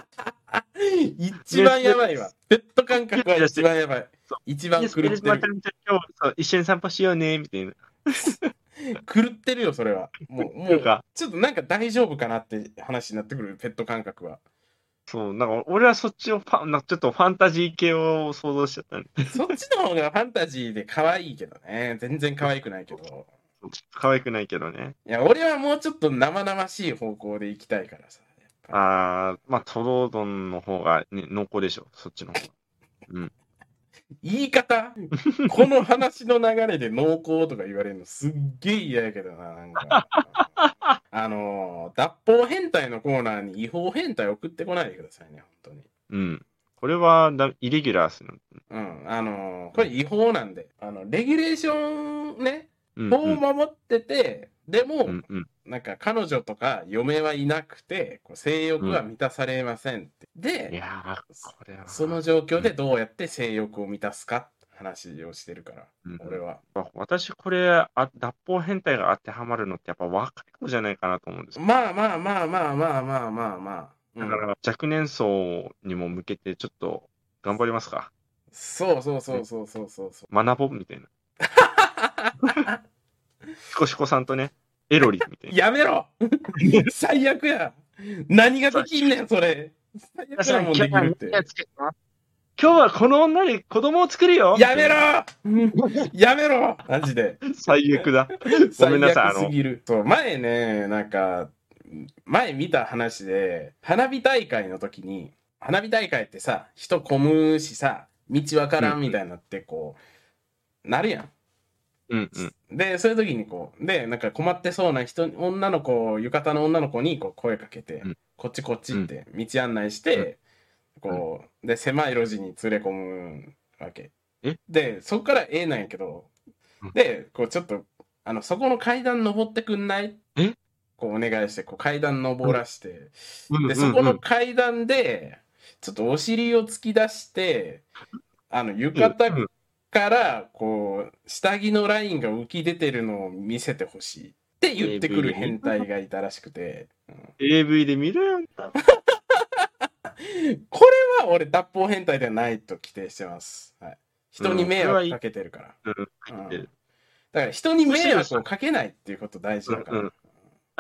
S1: 一番やばいわ。ペット感覚は一番やばい。一番狂ってる。
S2: 今日一緒に散歩しようね、みたいな。
S1: 狂ってるよ、それは。もうちょっとなんか大丈夫かなって話になってくる、ペット感覚は。
S2: そう、なんか俺はそっちをちょっとファンタジー系を想像しちゃったね。
S1: そっちの方がファンタジーで可愛いけどね。全然可愛くないけど。
S2: 可愛くないけどね。
S1: いや、俺はもうちょっと生々しい方向で行きたいからさ。
S2: まあ、トロードンの方が、ね、濃厚でしょ、そっちの方が。
S1: 言い方この話の流れで濃厚とか言われるのすっげえ嫌やけどな、なんか。脱法変態のコーナーに違法変態送ってこないでくださいね、本当に。
S2: これはイレギュラーっすね。
S1: これ違法なんで。レギュレーションね、法を守ってて、でも、なんか彼女とか嫁はいなくて、性欲は満たされませんって。で、その状況でどうやって性欲を満たすかって話をしてるから、俺は。
S2: 私これ、脱法変態が当てはまるのってやっぱ若い子じゃないかなと思うんですよ。
S1: まあ。
S2: だから若年層にも向けてちょっと頑張りますか。
S1: そう。
S2: 学ぼうみたいな。シコシコさんとね、エロリみたいな。
S1: やめろ最悪や何ができんねん、それ。最悪なもんできるって。
S2: 今日はこの女に子供を作るよ。
S1: やめろやめろマジで。
S2: 最悪だ。ごめんなさい。
S1: 最悪すぎる。そう、前ね、なんか、前見た話で、花火大会の時に、花火大会ってさ、人混むしさ、道わからんみたいになって、こう、なるやん。
S2: うんうん。
S1: で、そういう時にこう、で、なんか困ってそうな人、女の子、浴衣の女の子にこう声かけて、こっちこっちって道案内して、こう、で、狭い路地に連れ込むわけ。で、そこからなんやけど、で、こうちょっと、そこの階段登ってくんないこうお願いして、こう階段登らして、で、そこの階段で、ちょっとお尻を突き出して、浴衣から、こう、下着のラインが浮き出てるのを見せてほしいって言ってくる変態がいたらしくて。
S2: AV で見るやんか。
S1: これは俺脱法変態ではないと規定してます。はい、人に迷惑かけてるから。だから人に迷惑をかけないっていうこと大事だから。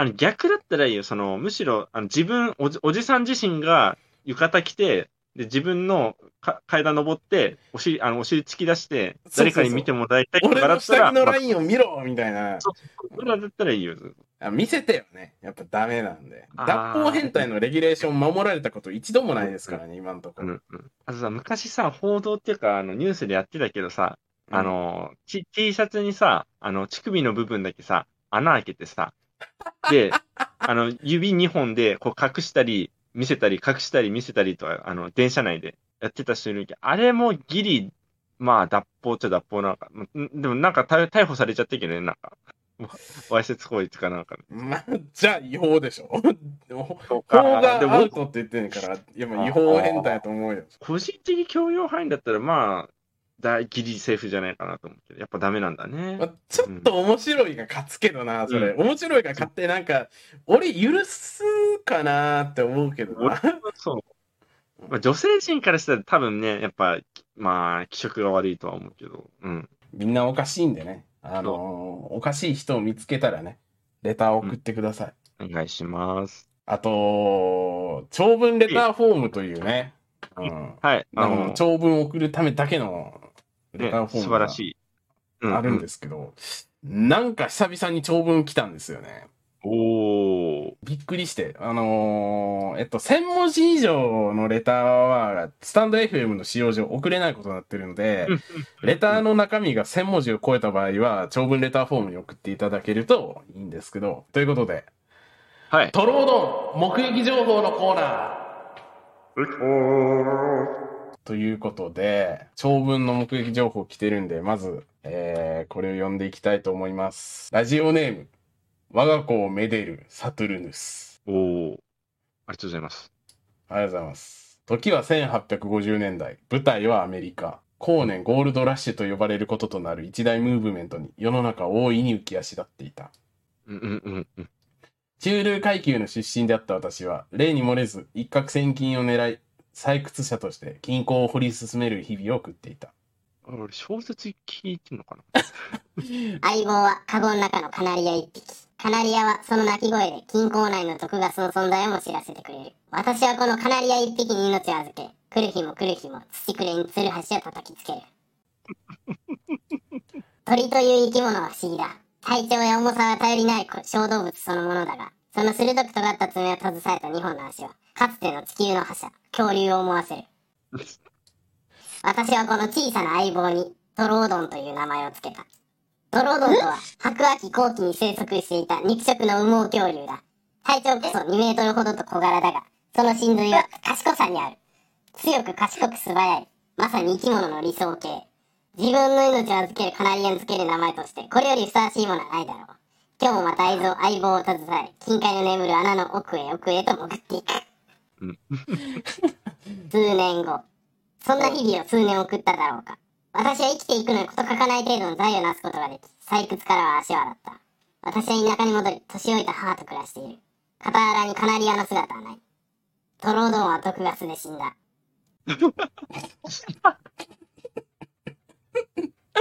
S2: 逆だったらいいよ。むしろ、自分、おじさん自身が浴衣着て、で、自分の階段登って、お尻突き出して、誰かに見てもらいたい
S1: からだったら、俺の下着のラインを見ろみたいな。
S2: それだったらいいよ。
S1: 見せてよね。やっぱダメなんで。脱法変態のレギュレーション守られたこと一度もないですからね、今のところ。
S2: あとさ、昔さ、報道っていうか、ニュースでやってたけどさ、T シャツにさ、乳首の部分だけさ、穴開けてさ、で、指2本でこう隠したり、見せたり、隠したり、見せたりとか、電車内でやってた人いるけど、あれもギリ、まあ、脱法っちゃ脱法なんか、でもなんか逮捕されちゃったけどね、なんか。わいせつ行為とかなんか。
S1: まあ、じゃあ違法でしょ。法がアウトって言ってんから、いや違法変態だと思うよ。
S2: 個人的許容範囲だったら、まあ、ギリセーフじゃないかなと思うけど、やっぱダメなんだね。
S1: まあ、ちょっと面白いが勝つけどな、それ。面白いが勝ってなんか、俺許すかなって思うけどな。
S2: そう。まあ、女性陣からしたら多分ね、やっぱ、まあ、気色が悪いとは思うけど、
S1: みんなおかしいんでね。おかしい人を見つけたらね、レターを送ってくださ
S2: い。お願いします。
S1: あと、長文レターフォームというね、
S2: はい。
S1: 長文を送るためだけのレターフォームがあるんですけど、なんか久々に長文来たんですよね。びっくりして、1000文字以上のレターは、スタンド FM の使用上送れないことになってるので、レターの中身が1000文字を超えた場合は、長文レターフォームに送っていただけるといいんですけど、ということで、
S2: はい。
S1: トロードン目撃情報のコーナーということで、長文の目撃情報来てるんで、まず、これを読んでいきたいと思います。ラジオネーム、我が子をめでるサトゥルヌス。
S2: ありがとうございます。
S1: ありがとうございます。時は1850年代。舞台はアメリカ。後年ゴールドラッシュと呼ばれることとなる一大ムーブメントに世の中大いに浮き足立っていた。中流階級の出身であった私は、例に漏れず一攫千金を狙い、採掘者として金鉱を掘り進める日々を送っていた。
S2: 俺、小説聞いてんのかな
S3: 相棒はカゴの中のカナリア一匹。カナリアはその鳴き声で金鉱内の毒ガスの存在をも知らせてくれる。私はこのカナリア一匹に命を預け、来る日も来る日も土くれにツルハシを叩きつける。鳥という生き物は不思議だ。体長や重さは頼りない小動物そのものだが、その鋭く尖った爪を携えた2本の足は、かつての地球の覇者、恐竜を思わせる。私はこの小さな相棒にトロオドンという名前を付けた。トロオドンとは白亜紀後期に生息していた肉食の羽毛恐竜だ。体長こそ2メートルほどと小柄だが、その真髄は賢さにある。強く賢く素早い、まさに生き物の理想形。自分の命を預けるカナリアにつける名前として、これよりふさわしいものはないだろう。今日もまた相棒を携え、近海の眠る穴の奥へ奥へと潜っていく。数年後、そんな日々を数年送っただろうか。私は生きていくのに事欠かない程度の財をなすことができ、採掘からは足を洗った。私は田舎に戻り、年老いた母と暮らしている。傍らにカナリアの姿はない。トロオドンは毒ガスで死んだ。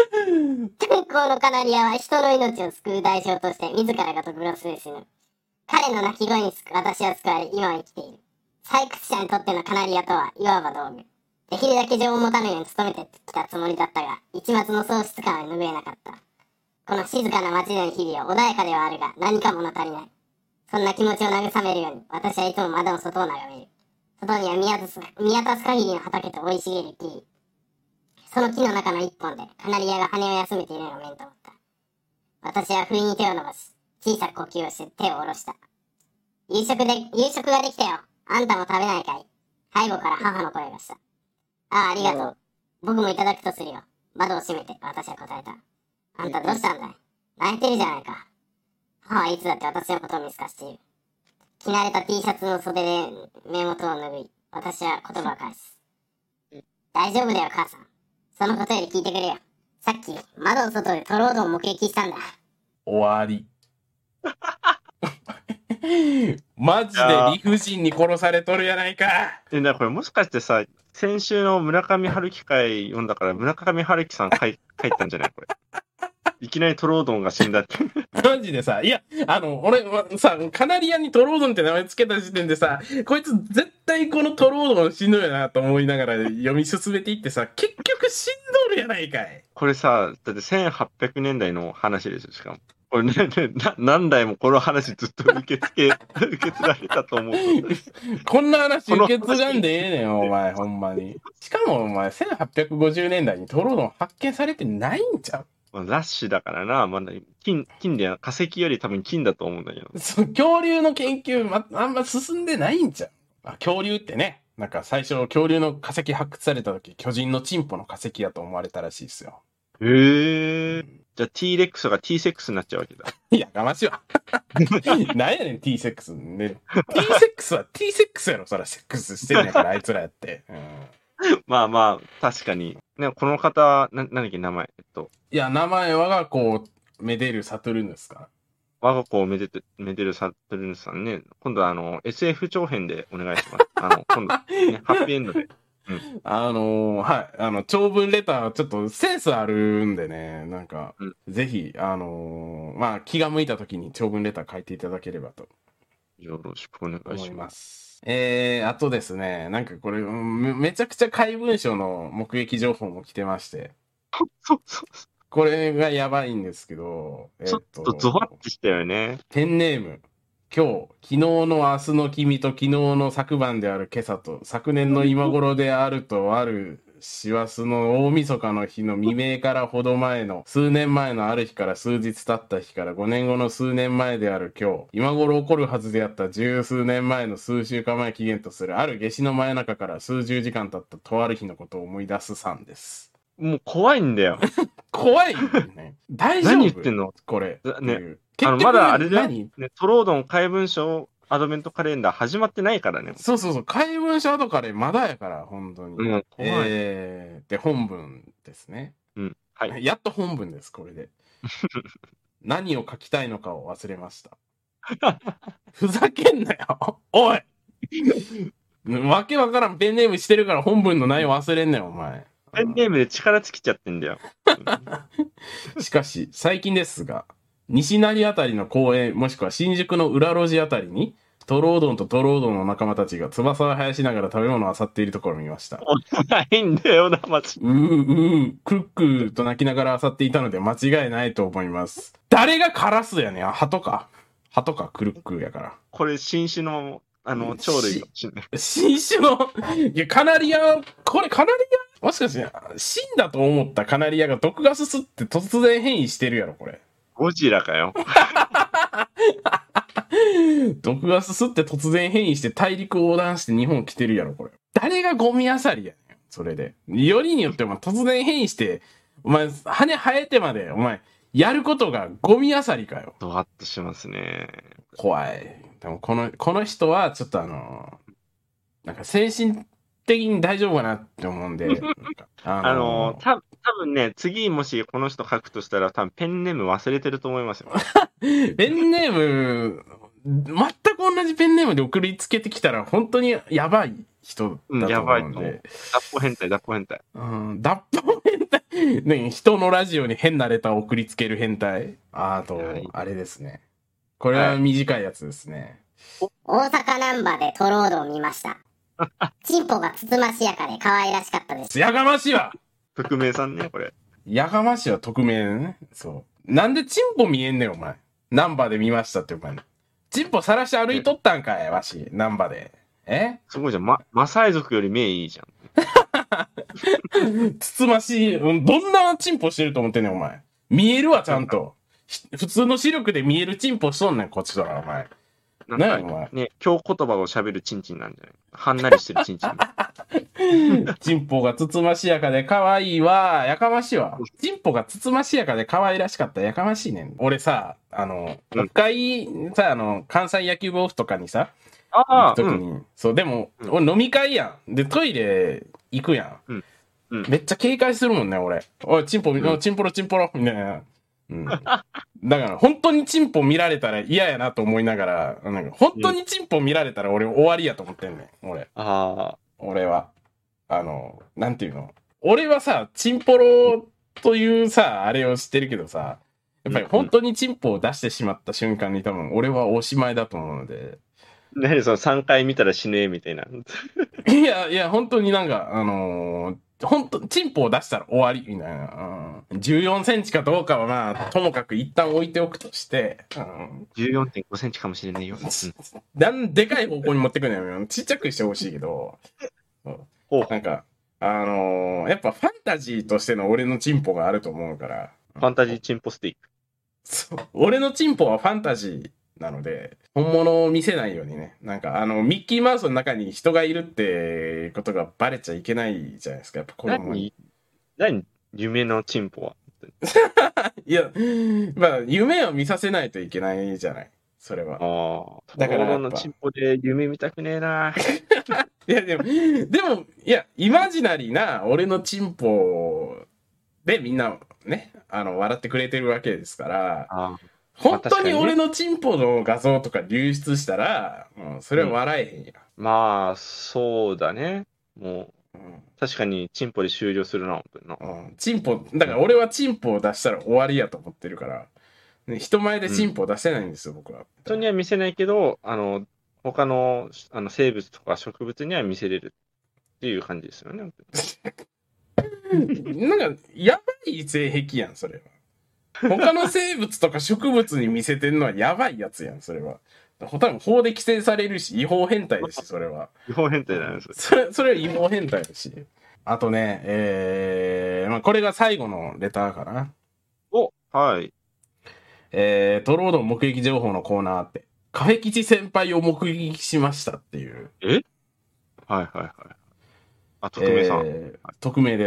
S3: 健康のカナリアは人の命を救う代償として自らが毒ガスで死ぬ。 彼の鳴き声に私は救われ、今は生きている。採掘者にとってのカナリアとは、いわば道具。できるだけ情を持たぬように努めてきたつもりだったが、一末の喪失感は拭えなかった。この静かな街での日々は穏やかではあるが、何か物足りない。そんな気持ちを慰めるように、私はいつも窓の外を眺める。外には見渡す限りの畑と生い茂る木。その木の中の一本で、カナリアが羽を休めているのを目に留まった。私は不意に手を伸ばし、小さく呼吸をして手を下ろした。夕食ができたよ。あんたも食べないかい？背後から母の声がした。ああ、ありがとう。僕もいただくとするよ。窓を閉めて、私は答えた。あんたどうしたんだい？泣いてるじゃないか。母はいつだって私のことを見透かしている。着慣れた T シャツの袖で目元を拭い、私は言葉を返す。大丈夫だよ、母さん。そのことより聞いてくれよ。さっき、窓の外でトロードを目撃したんだ。
S1: 終わり。マジで理不尽に殺されとるやないか。
S2: これもしかしてさ、先週の村上春樹会読んだから村上春樹さん書いたんじゃないこれ。いきなりトロードンが死んだって。
S1: マジでさ、いや、俺はさ、カナリアにトロードンって名前つけた時点でさ、こいつ絶対このトロードン死ぬよなと思いながら読み進めていってさ、結局死んどるやないかい。
S2: これさ、だって1800年代の話でしょ、しかも。これね、何代もこの話ずっと受け継がれたと思う。
S1: こんな話受け継がんでええねん、お前、ほんまに。しかもお前、1850年代にトロードン発見されてないんちゃう？
S2: ラッシュだからな、まだ金で化石より多分金だと思うんだけど。
S1: そう、恐竜の研究、あんま進んでないんちゃう？恐竜ってね、なんか最初恐竜の化石発掘された時、巨人のチンポの化石やと思われたらしいですよ。
S2: へえ。じゃあ T-Rex が T-Sex になっちゃうわけだ。
S1: いや、がましいわ。なんやねん、T-Sex ね。T-Sex は T-Sex やろ、そらセックスしてんねんから、あいつらやって。
S2: まあ、確かに。ね、この方、なんだっけ、名前。
S1: いや、名前、我が子、めでるサトルヌスか。
S2: 我が子をめでるサトルヌスさんね。今度はSF 長編でお願いします。今度、ね、ハッピーエンドで。うん、
S1: はい。長文レター、ちょっとセンスあるんでね、なんか、ぜひ、まあ、気が向いた時に長文レター書いていただければと。
S2: よろしくお願いします。
S1: あとですね、なんかこれ、めちゃくちゃ怪文書の目撃情報も来てまして。これがやばいんですけど、
S2: ちょっとゾワッとしたよね。
S1: ペンネーム。今日、昨日の明日の君と昨日の昨晩である今朝と、昨年の今頃であるとある師走の大晦日の日の未明からほど前の、数年前のある日から数日経った日から5年後の数年前である今日、今頃起こるはずであった十数年前の数週間前期限とするある夏至の真夜中から数十時間経ったとある日のことを思い出すさんです。
S2: もう怖いんだよ。
S1: 怖いよね。大丈夫？
S2: 何言ってんの
S1: これ。
S2: ね。まだあれだよ。ね、トロードン怪文書アドベントカレンダー始まってないからね。
S1: そう。怪文書アドカレまだやから、本当に。
S2: 怖い。
S1: で、本文ですね。
S2: はい。
S1: やっと本文です、これで。何を書きたいのかを忘れました。ふざけんなよ。おいわけわからんペンネームしてるから本文の内容忘れんなよ、お前。
S2: ペンネームで力尽きちゃってんだよ。
S1: しかし、最近ですが、西成あたりの公園、もしくは新宿の裏路地あたりに、トロードンとトロードンの仲間たちが翼を生やしながら食べ物を漁っているところを見ました。
S2: ないんだよな、マジ。
S1: クックと泣きながら漁っていたので間違いないと思います。誰がカラスやねん。鳩かクルックやから。
S2: これ新種の、鳥類かもしれない。
S1: 新種の、いや、カナリア、これカナリアもしかして、死んだと思ったカナリアが毒ガス吸って突然変異してるやろ、これ。
S2: ゴジラかよ。
S1: 毒ガス吸って突然変異して大陸横断して日本来てるやろ、これ。誰がゴミあさりやねん、それで。よりによっても突然変異して、お前、羽生えてまで、お前、やることがゴミあさりかよ。
S2: ドワッとしますね。
S1: 怖い。でもこの人は、ちょっとなんか精神的に大丈夫かなって思うんで。
S2: 多分ね、次もしこの人書くとしたら、多分ペンネーム忘れてると思いますよ。
S1: ペンネーム、全く同じペンネームで送りつけてきたら、本当にやばい人だと思うんで。
S2: やばいと思う。脱法変態。
S1: 脱法変態。ね、人のラジオに変なレターを送りつける変態。あれですね。 これは短いやつですね。
S3: 大阪ナンバーでトロードを見ました。チンポがつつましやかで可愛らしかったです。
S1: やがましいわ
S2: 匿名さんね、これ。
S1: やがましいわ、匿名ね。そう。なんでチンポ見えんねん、お前。ナンバーで見ましたって、お前。チンポさらして歩いとったんかい、わし。ナンバーで。
S2: すごいじゃん。マサイ族より目いいじゃん。
S1: つつましい。どんなチンポしてると思ってんねん、お前。見えるわ、ちゃんと。普通の視力で見えるチンポしとんねん、こっちとら、お前。
S2: なんかね、今日言葉を喋るチンチンなんじゃないはんなりしてるチンチン。
S1: チンポがつつましやかで可愛いわ。やかましいわ。チンポがつつましやかで可愛らしかったらやかましいねん。俺さ、一回さ、関西野球部オフとかにさ、行くときに、そう、でも、俺飲み会やん。で、トイレ行くやん。めっちゃ警戒するもんね、俺。おい、チンポロ、チンポロ、みたいな。だから、本当にチンポ見られたら嫌やなと思いながら、本当にチンポ見られたら俺終わりやと思ってんねん、俺。俺は。なんていうの？俺はさ、チンポロというさ、あれを知ってるけどさ、やっぱり本当にチンポを出してしまった瞬間に多分俺はおしまいだと思うので。
S2: 何その3回見たら死ねえみたいな。
S1: いや、本当になんか、本当チンポを出したら終わりみたいな。14センチかどうかはまあ、ともかく一旦置いておくとして、
S2: 14.5 センチかもしれないよ。
S1: でかい方向に持ってくるのよ。ちっちゃくしてほしいけど、なんか、やっぱファンタジーとしての俺のチンポがあると思うから。
S2: ファンタジーチンポスティック。
S1: そう。俺のチンポはファンタジーなので、本物を見せないようにね。なんか、ミッキーマウスの中に人がいるってことがバレちゃいけないじゃないですか。やっぱ子供に。
S2: 何夢のチンポは。
S1: いや、まあ、夢を見させないといけないじゃない。それは。
S2: だから。のチンポで夢見たくねえな。
S1: いや、でも、いや、イマジナリーな俺のチンポでみんなね、笑ってくれてるわけですから、本当に俺のチンポの画像とか流出したら、それは笑えへんや。
S2: まあ、そうだね。もう、確かにチンポで終了するな、本当にな。
S1: チンポ、だから俺はチンポを出したら終わりやと思ってるから、ね、人前でチンポを出せないんですよ、僕は。
S2: 人には見せないけど、他の生物とか植物には見せれるっていう感じですよね。
S1: なんか、やばい性癖やん、それは。他の生物とか植物に見せてんのはやばいやつやん、それは。多分法で規制されるし、違法変態だし、それは。
S2: 違法変態なんです
S1: それは違法変態だし。あとね、まあ、これが最後のレターかな。
S2: はい。
S1: トロード目撃情報のコーナーって、カフェ吉先輩を目撃しましたっていう。
S2: はい。匿名さん。
S1: 匿名です。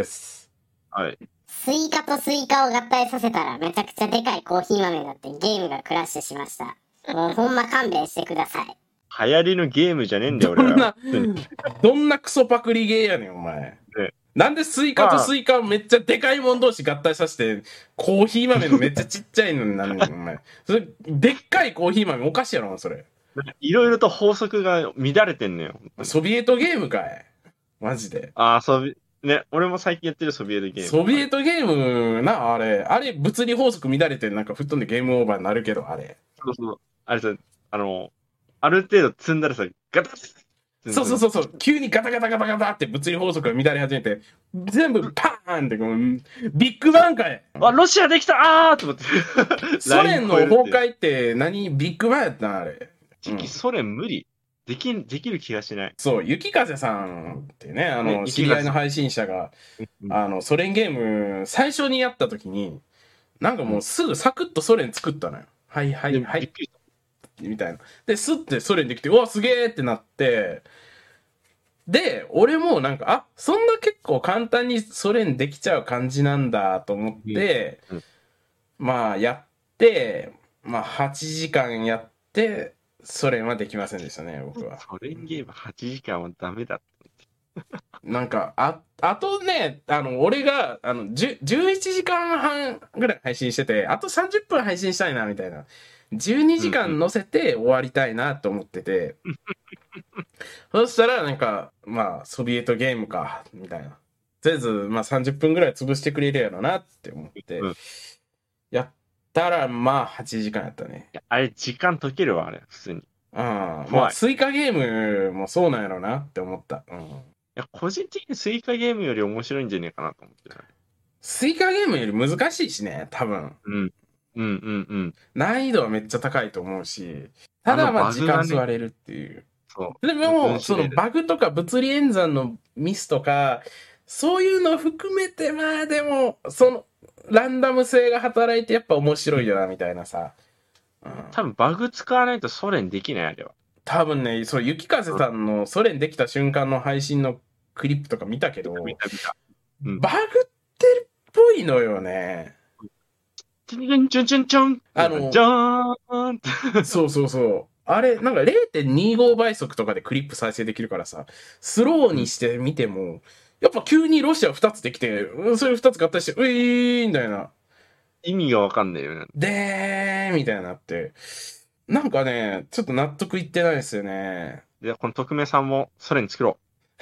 S2: はい。
S3: スイカとスイカを合体させたらめちゃくちゃでかいコーヒー豆になってゲームがクラッシュしました。もうほんま勘弁してください。
S2: 流行りのゲームじゃねえんだよ、俺は。
S1: どんなクソパクリゲーやねん、お前。なんでスイカとスイカをめっちゃでかいもん同士合体させて、コーヒー豆のめっちゃちっちゃいのになるの、お前。それ、でっかいコーヒー豆おかしいやろ、それ。
S2: いろいろと法則が乱れてんのよ。
S1: ソビエトゲームかい。マジで。
S2: ね、俺も最近やってるソビエトゲーム。
S1: ソビエトゲームな、あれ物理法則乱れてなんか吹っ飛んでゲームオーバーになるけど、あれ。
S2: そう。あれさ、ある程度積んだらさ、ガタッ
S1: そう。急にガタガタって物理法則が乱れ始めて、全部パーンってこう、ビッグバンかい。
S2: ロシアできたと思って。
S1: ソ連の崩壊ってビッグバンやったな、あれ。
S2: ソ連無理。できる気がしない。
S1: そう、雪風さんってね、知り合いの配信者が、ソ連ゲーム最初にやった時に、なんかもうすぐサクッとソ連作ったのよ。はい。みたいな。で、スッてソ連できて、うわ、すげーってなって、で、俺もなんか、そんな結構簡単にソ連できちゃう感じなんだと思って、まあ、やって、まあ、8時間やって、ソ連はできませんでしたね、僕は。
S2: ソ連ゲーム8時間はダメだ。
S1: なんか、あとね、俺が、11時間半ぐらい配信してて、あと30分配信したいな、みたいな。12時間乗せて終わりたいなと思ってて。そしたら、なんか、まあ、ソビエトゲームか、みたいな。とりあえず、まあ30分ぐらい潰してくれるやろなって思って、やったら、まあ、8時間やったね。
S2: あれ、時間解けるわ、あれ、普通に。
S1: まあ、スイカゲームもそうなんやろうなって思った。い
S2: や、個人的にスイカゲームより面白いんじゃねえかなと思ってる。
S1: スイカゲームより難しいしね、多分。
S2: 難
S1: 易度はめっちゃ高いと思うし、ただまあ時間吸われるっていう。
S2: そう。
S1: でも、そのバグとか物理演算のミスとか、そういうのを含めて、まあでも、その、ランダム性が働いてやっぱ面白いよな、みたいなさ。
S2: 多分バグ使わないとソ連できない、あれは。
S1: 多分ね、そう、雪風さんのソ連できた瞬間の配信のクリップとか見たけど、バグってるっぽいのよね。
S2: チンチョンチョンチョンじゃーん
S1: そうそうそう。あれ、なんか 0.25 倍速とかでクリップ再生できるからさ、スローにしてみても、やっぱ急にロシア2つできて、それ2つ合体して、ういーみたいな。
S2: 意味がわかんないよね。
S1: でーみたいになって。なんかね、ちょっと納得いってないですよね。
S2: で、この匿名さんもソ連作ろ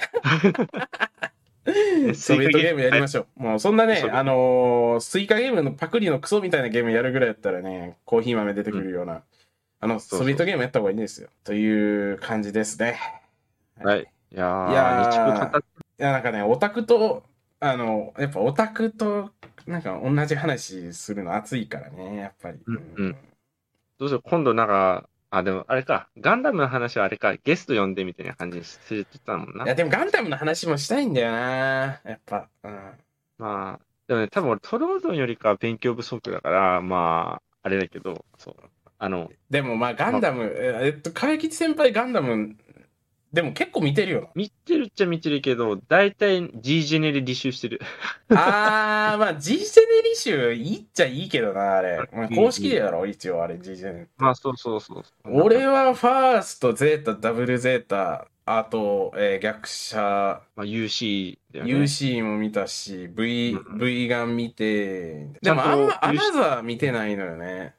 S1: う。ソビエトゲームやりましょう。もうそんなね、スイカゲームのパクリのクソみたいなゲームやるぐらいやったらね、コーヒー豆出てくるような、ソビエトゲームやった方がいいんですよ。という感じですね。
S2: はい。いやー、
S1: なんかね、オタクと、やっぱオタクと、なんか同じ話するの熱いからね、やっぱり。
S2: どうしよう、今度なんか、でもあれか、ガンダムの話はあれか、ゲスト呼んでみたいな感じにしてたもんな。
S1: いや、でもガンダムの話もしたいんだよな、やっぱ。
S2: まあ、でもね、多分俺トロードンよりかは勉強不足だから、まあ、あれだけど、そう。
S1: でもまあガンダム、川吉先輩ガンダム、でも結構見てるよ。
S2: 見てるっちゃ見てるけど、だいたい G ジェネで履修してる。
S1: まあ G ジェネ履修いいっちゃいいけどな、あれ。まあ、公式だろ、一応あれ G ジェネ。
S2: まあそうそう。
S1: 俺はファースト、ゼータ、ダブルゼータ、あと、逆者、
S2: UC だよね。
S1: UC も見たし、V ガン見て、でもあんまアナザー見てないのよね。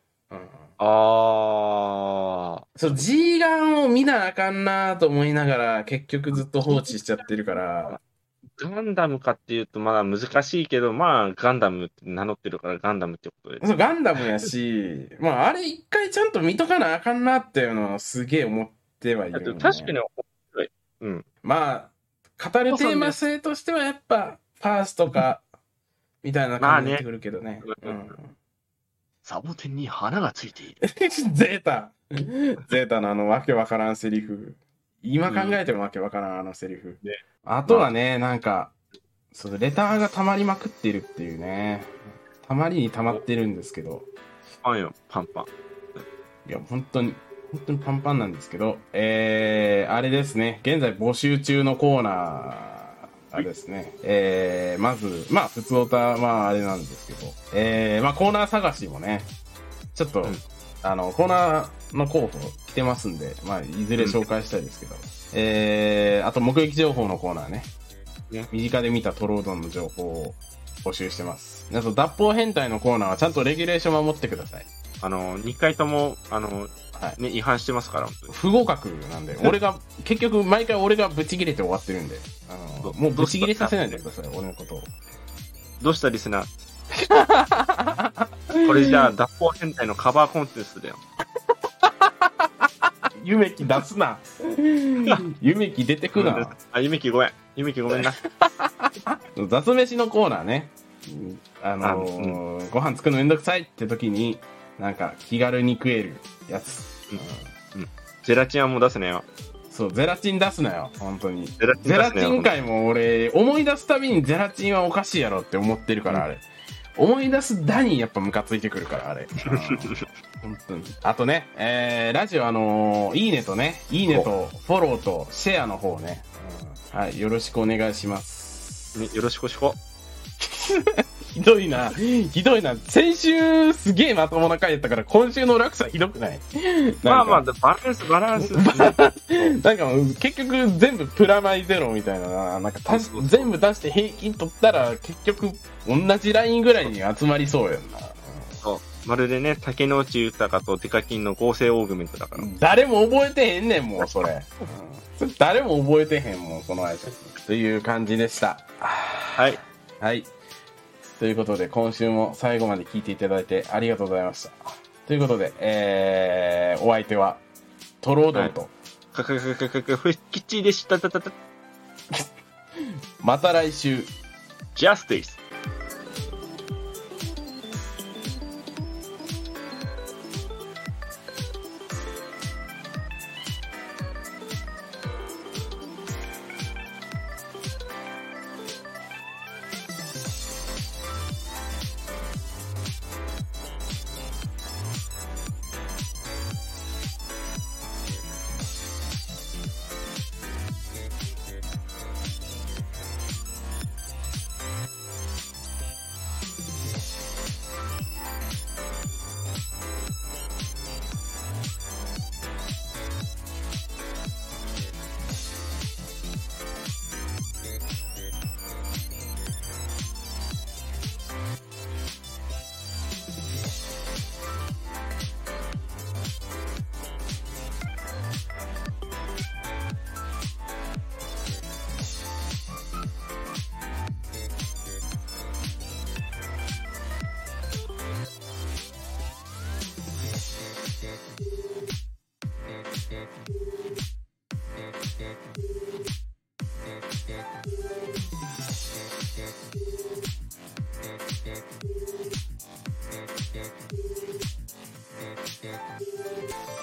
S1: そう、G ガンを見なあかんなと思いながら、結局ずっと放置しちゃってるから。
S2: ガンダムかっていうとまだ難しいけど、まあガンダムって名乗ってるからガンダムってことで。
S1: そう、ガンダムやし、まああれ一回ちゃんと見とかなあかんなっていうのはすげえ思ってはいるよね。
S2: 確かに面白い。
S1: まあ、語るテーマ性としてはやっぱ、ファーストか、みたいな感じになってくるけどね。
S2: サボテンに花がついている。
S1: ゼータのわけわからんセリフ。今考えてもわけわからんセリフ。あとはね、なんか、レターが溜まりまくってるっていうね。溜まりに溜まってるんですけど。
S2: パンパン。
S1: いや、本当にパンパンなんですけど、あれですね。現在募集中のコーナー。ですね。まず、まあ、普通オタ、まあ、あれなんですけど、まあ、コーナー探しもね、ちょっと、コーナーの候補来てますんで、まあ、いずれ紹介したいですけど、あと、目撃情報のコーナーね。身近で見たトロードンの情報を募集してます。あと、脱法変態のコーナーはちゃんとレギュレーション守ってください。
S2: 2回とも、ね、違反してますから、本当に。
S1: 不合格なんで、結局、毎回俺がブチ切れて終わってるんで、もうブチ切れさせないでください、俺のことを。
S2: どうしたリスナーこれじゃあ、脱法変態のカバーコンテストだよ。
S1: ゆめき出すな。ゆめき出てくな。
S2: ゆめきごめんな。
S1: 雑飯のコーナーね。ご飯作るのめんどくさいって時に、なんか気軽に食えるやつ。
S2: ゼラチンはもう出すなよ。
S1: そう、ゼラチン出すなよ、本当に。ゼラチン界も俺、思い出すたびにゼラチンはおかしいやろって思ってるから、あれ。思い出すだにやっぱムカついてくるから、あれ。本当に。あとね、ラジオいいねとね、いいねとフォローとシェアの方ね。はい、よろしくお願いします。
S2: よろしくお
S1: ひどいな。先週すげえまともな回やったから、今週の落差ひどくない？
S2: まあまあ、バランス。
S1: なんかもう、結局全部プラマイゼロみたいな、なんか全部出して平均取ったら、結局同じラインぐらいに集まりそうやんな。
S2: そう。まるでね、竹野内豊とデカキンの合成オーグメントだから。
S1: 誰も覚えてへんねん、もう、それ。誰も覚えてへんもん、この挨拶。という感じでした。
S2: はい。
S1: ということで、今週も最後まで聞いていただいてありがとうございました。ということで、お相手は、トロードンと、
S2: ふきちでした。
S1: また来週。
S2: ジャスティス。
S3: Yeah.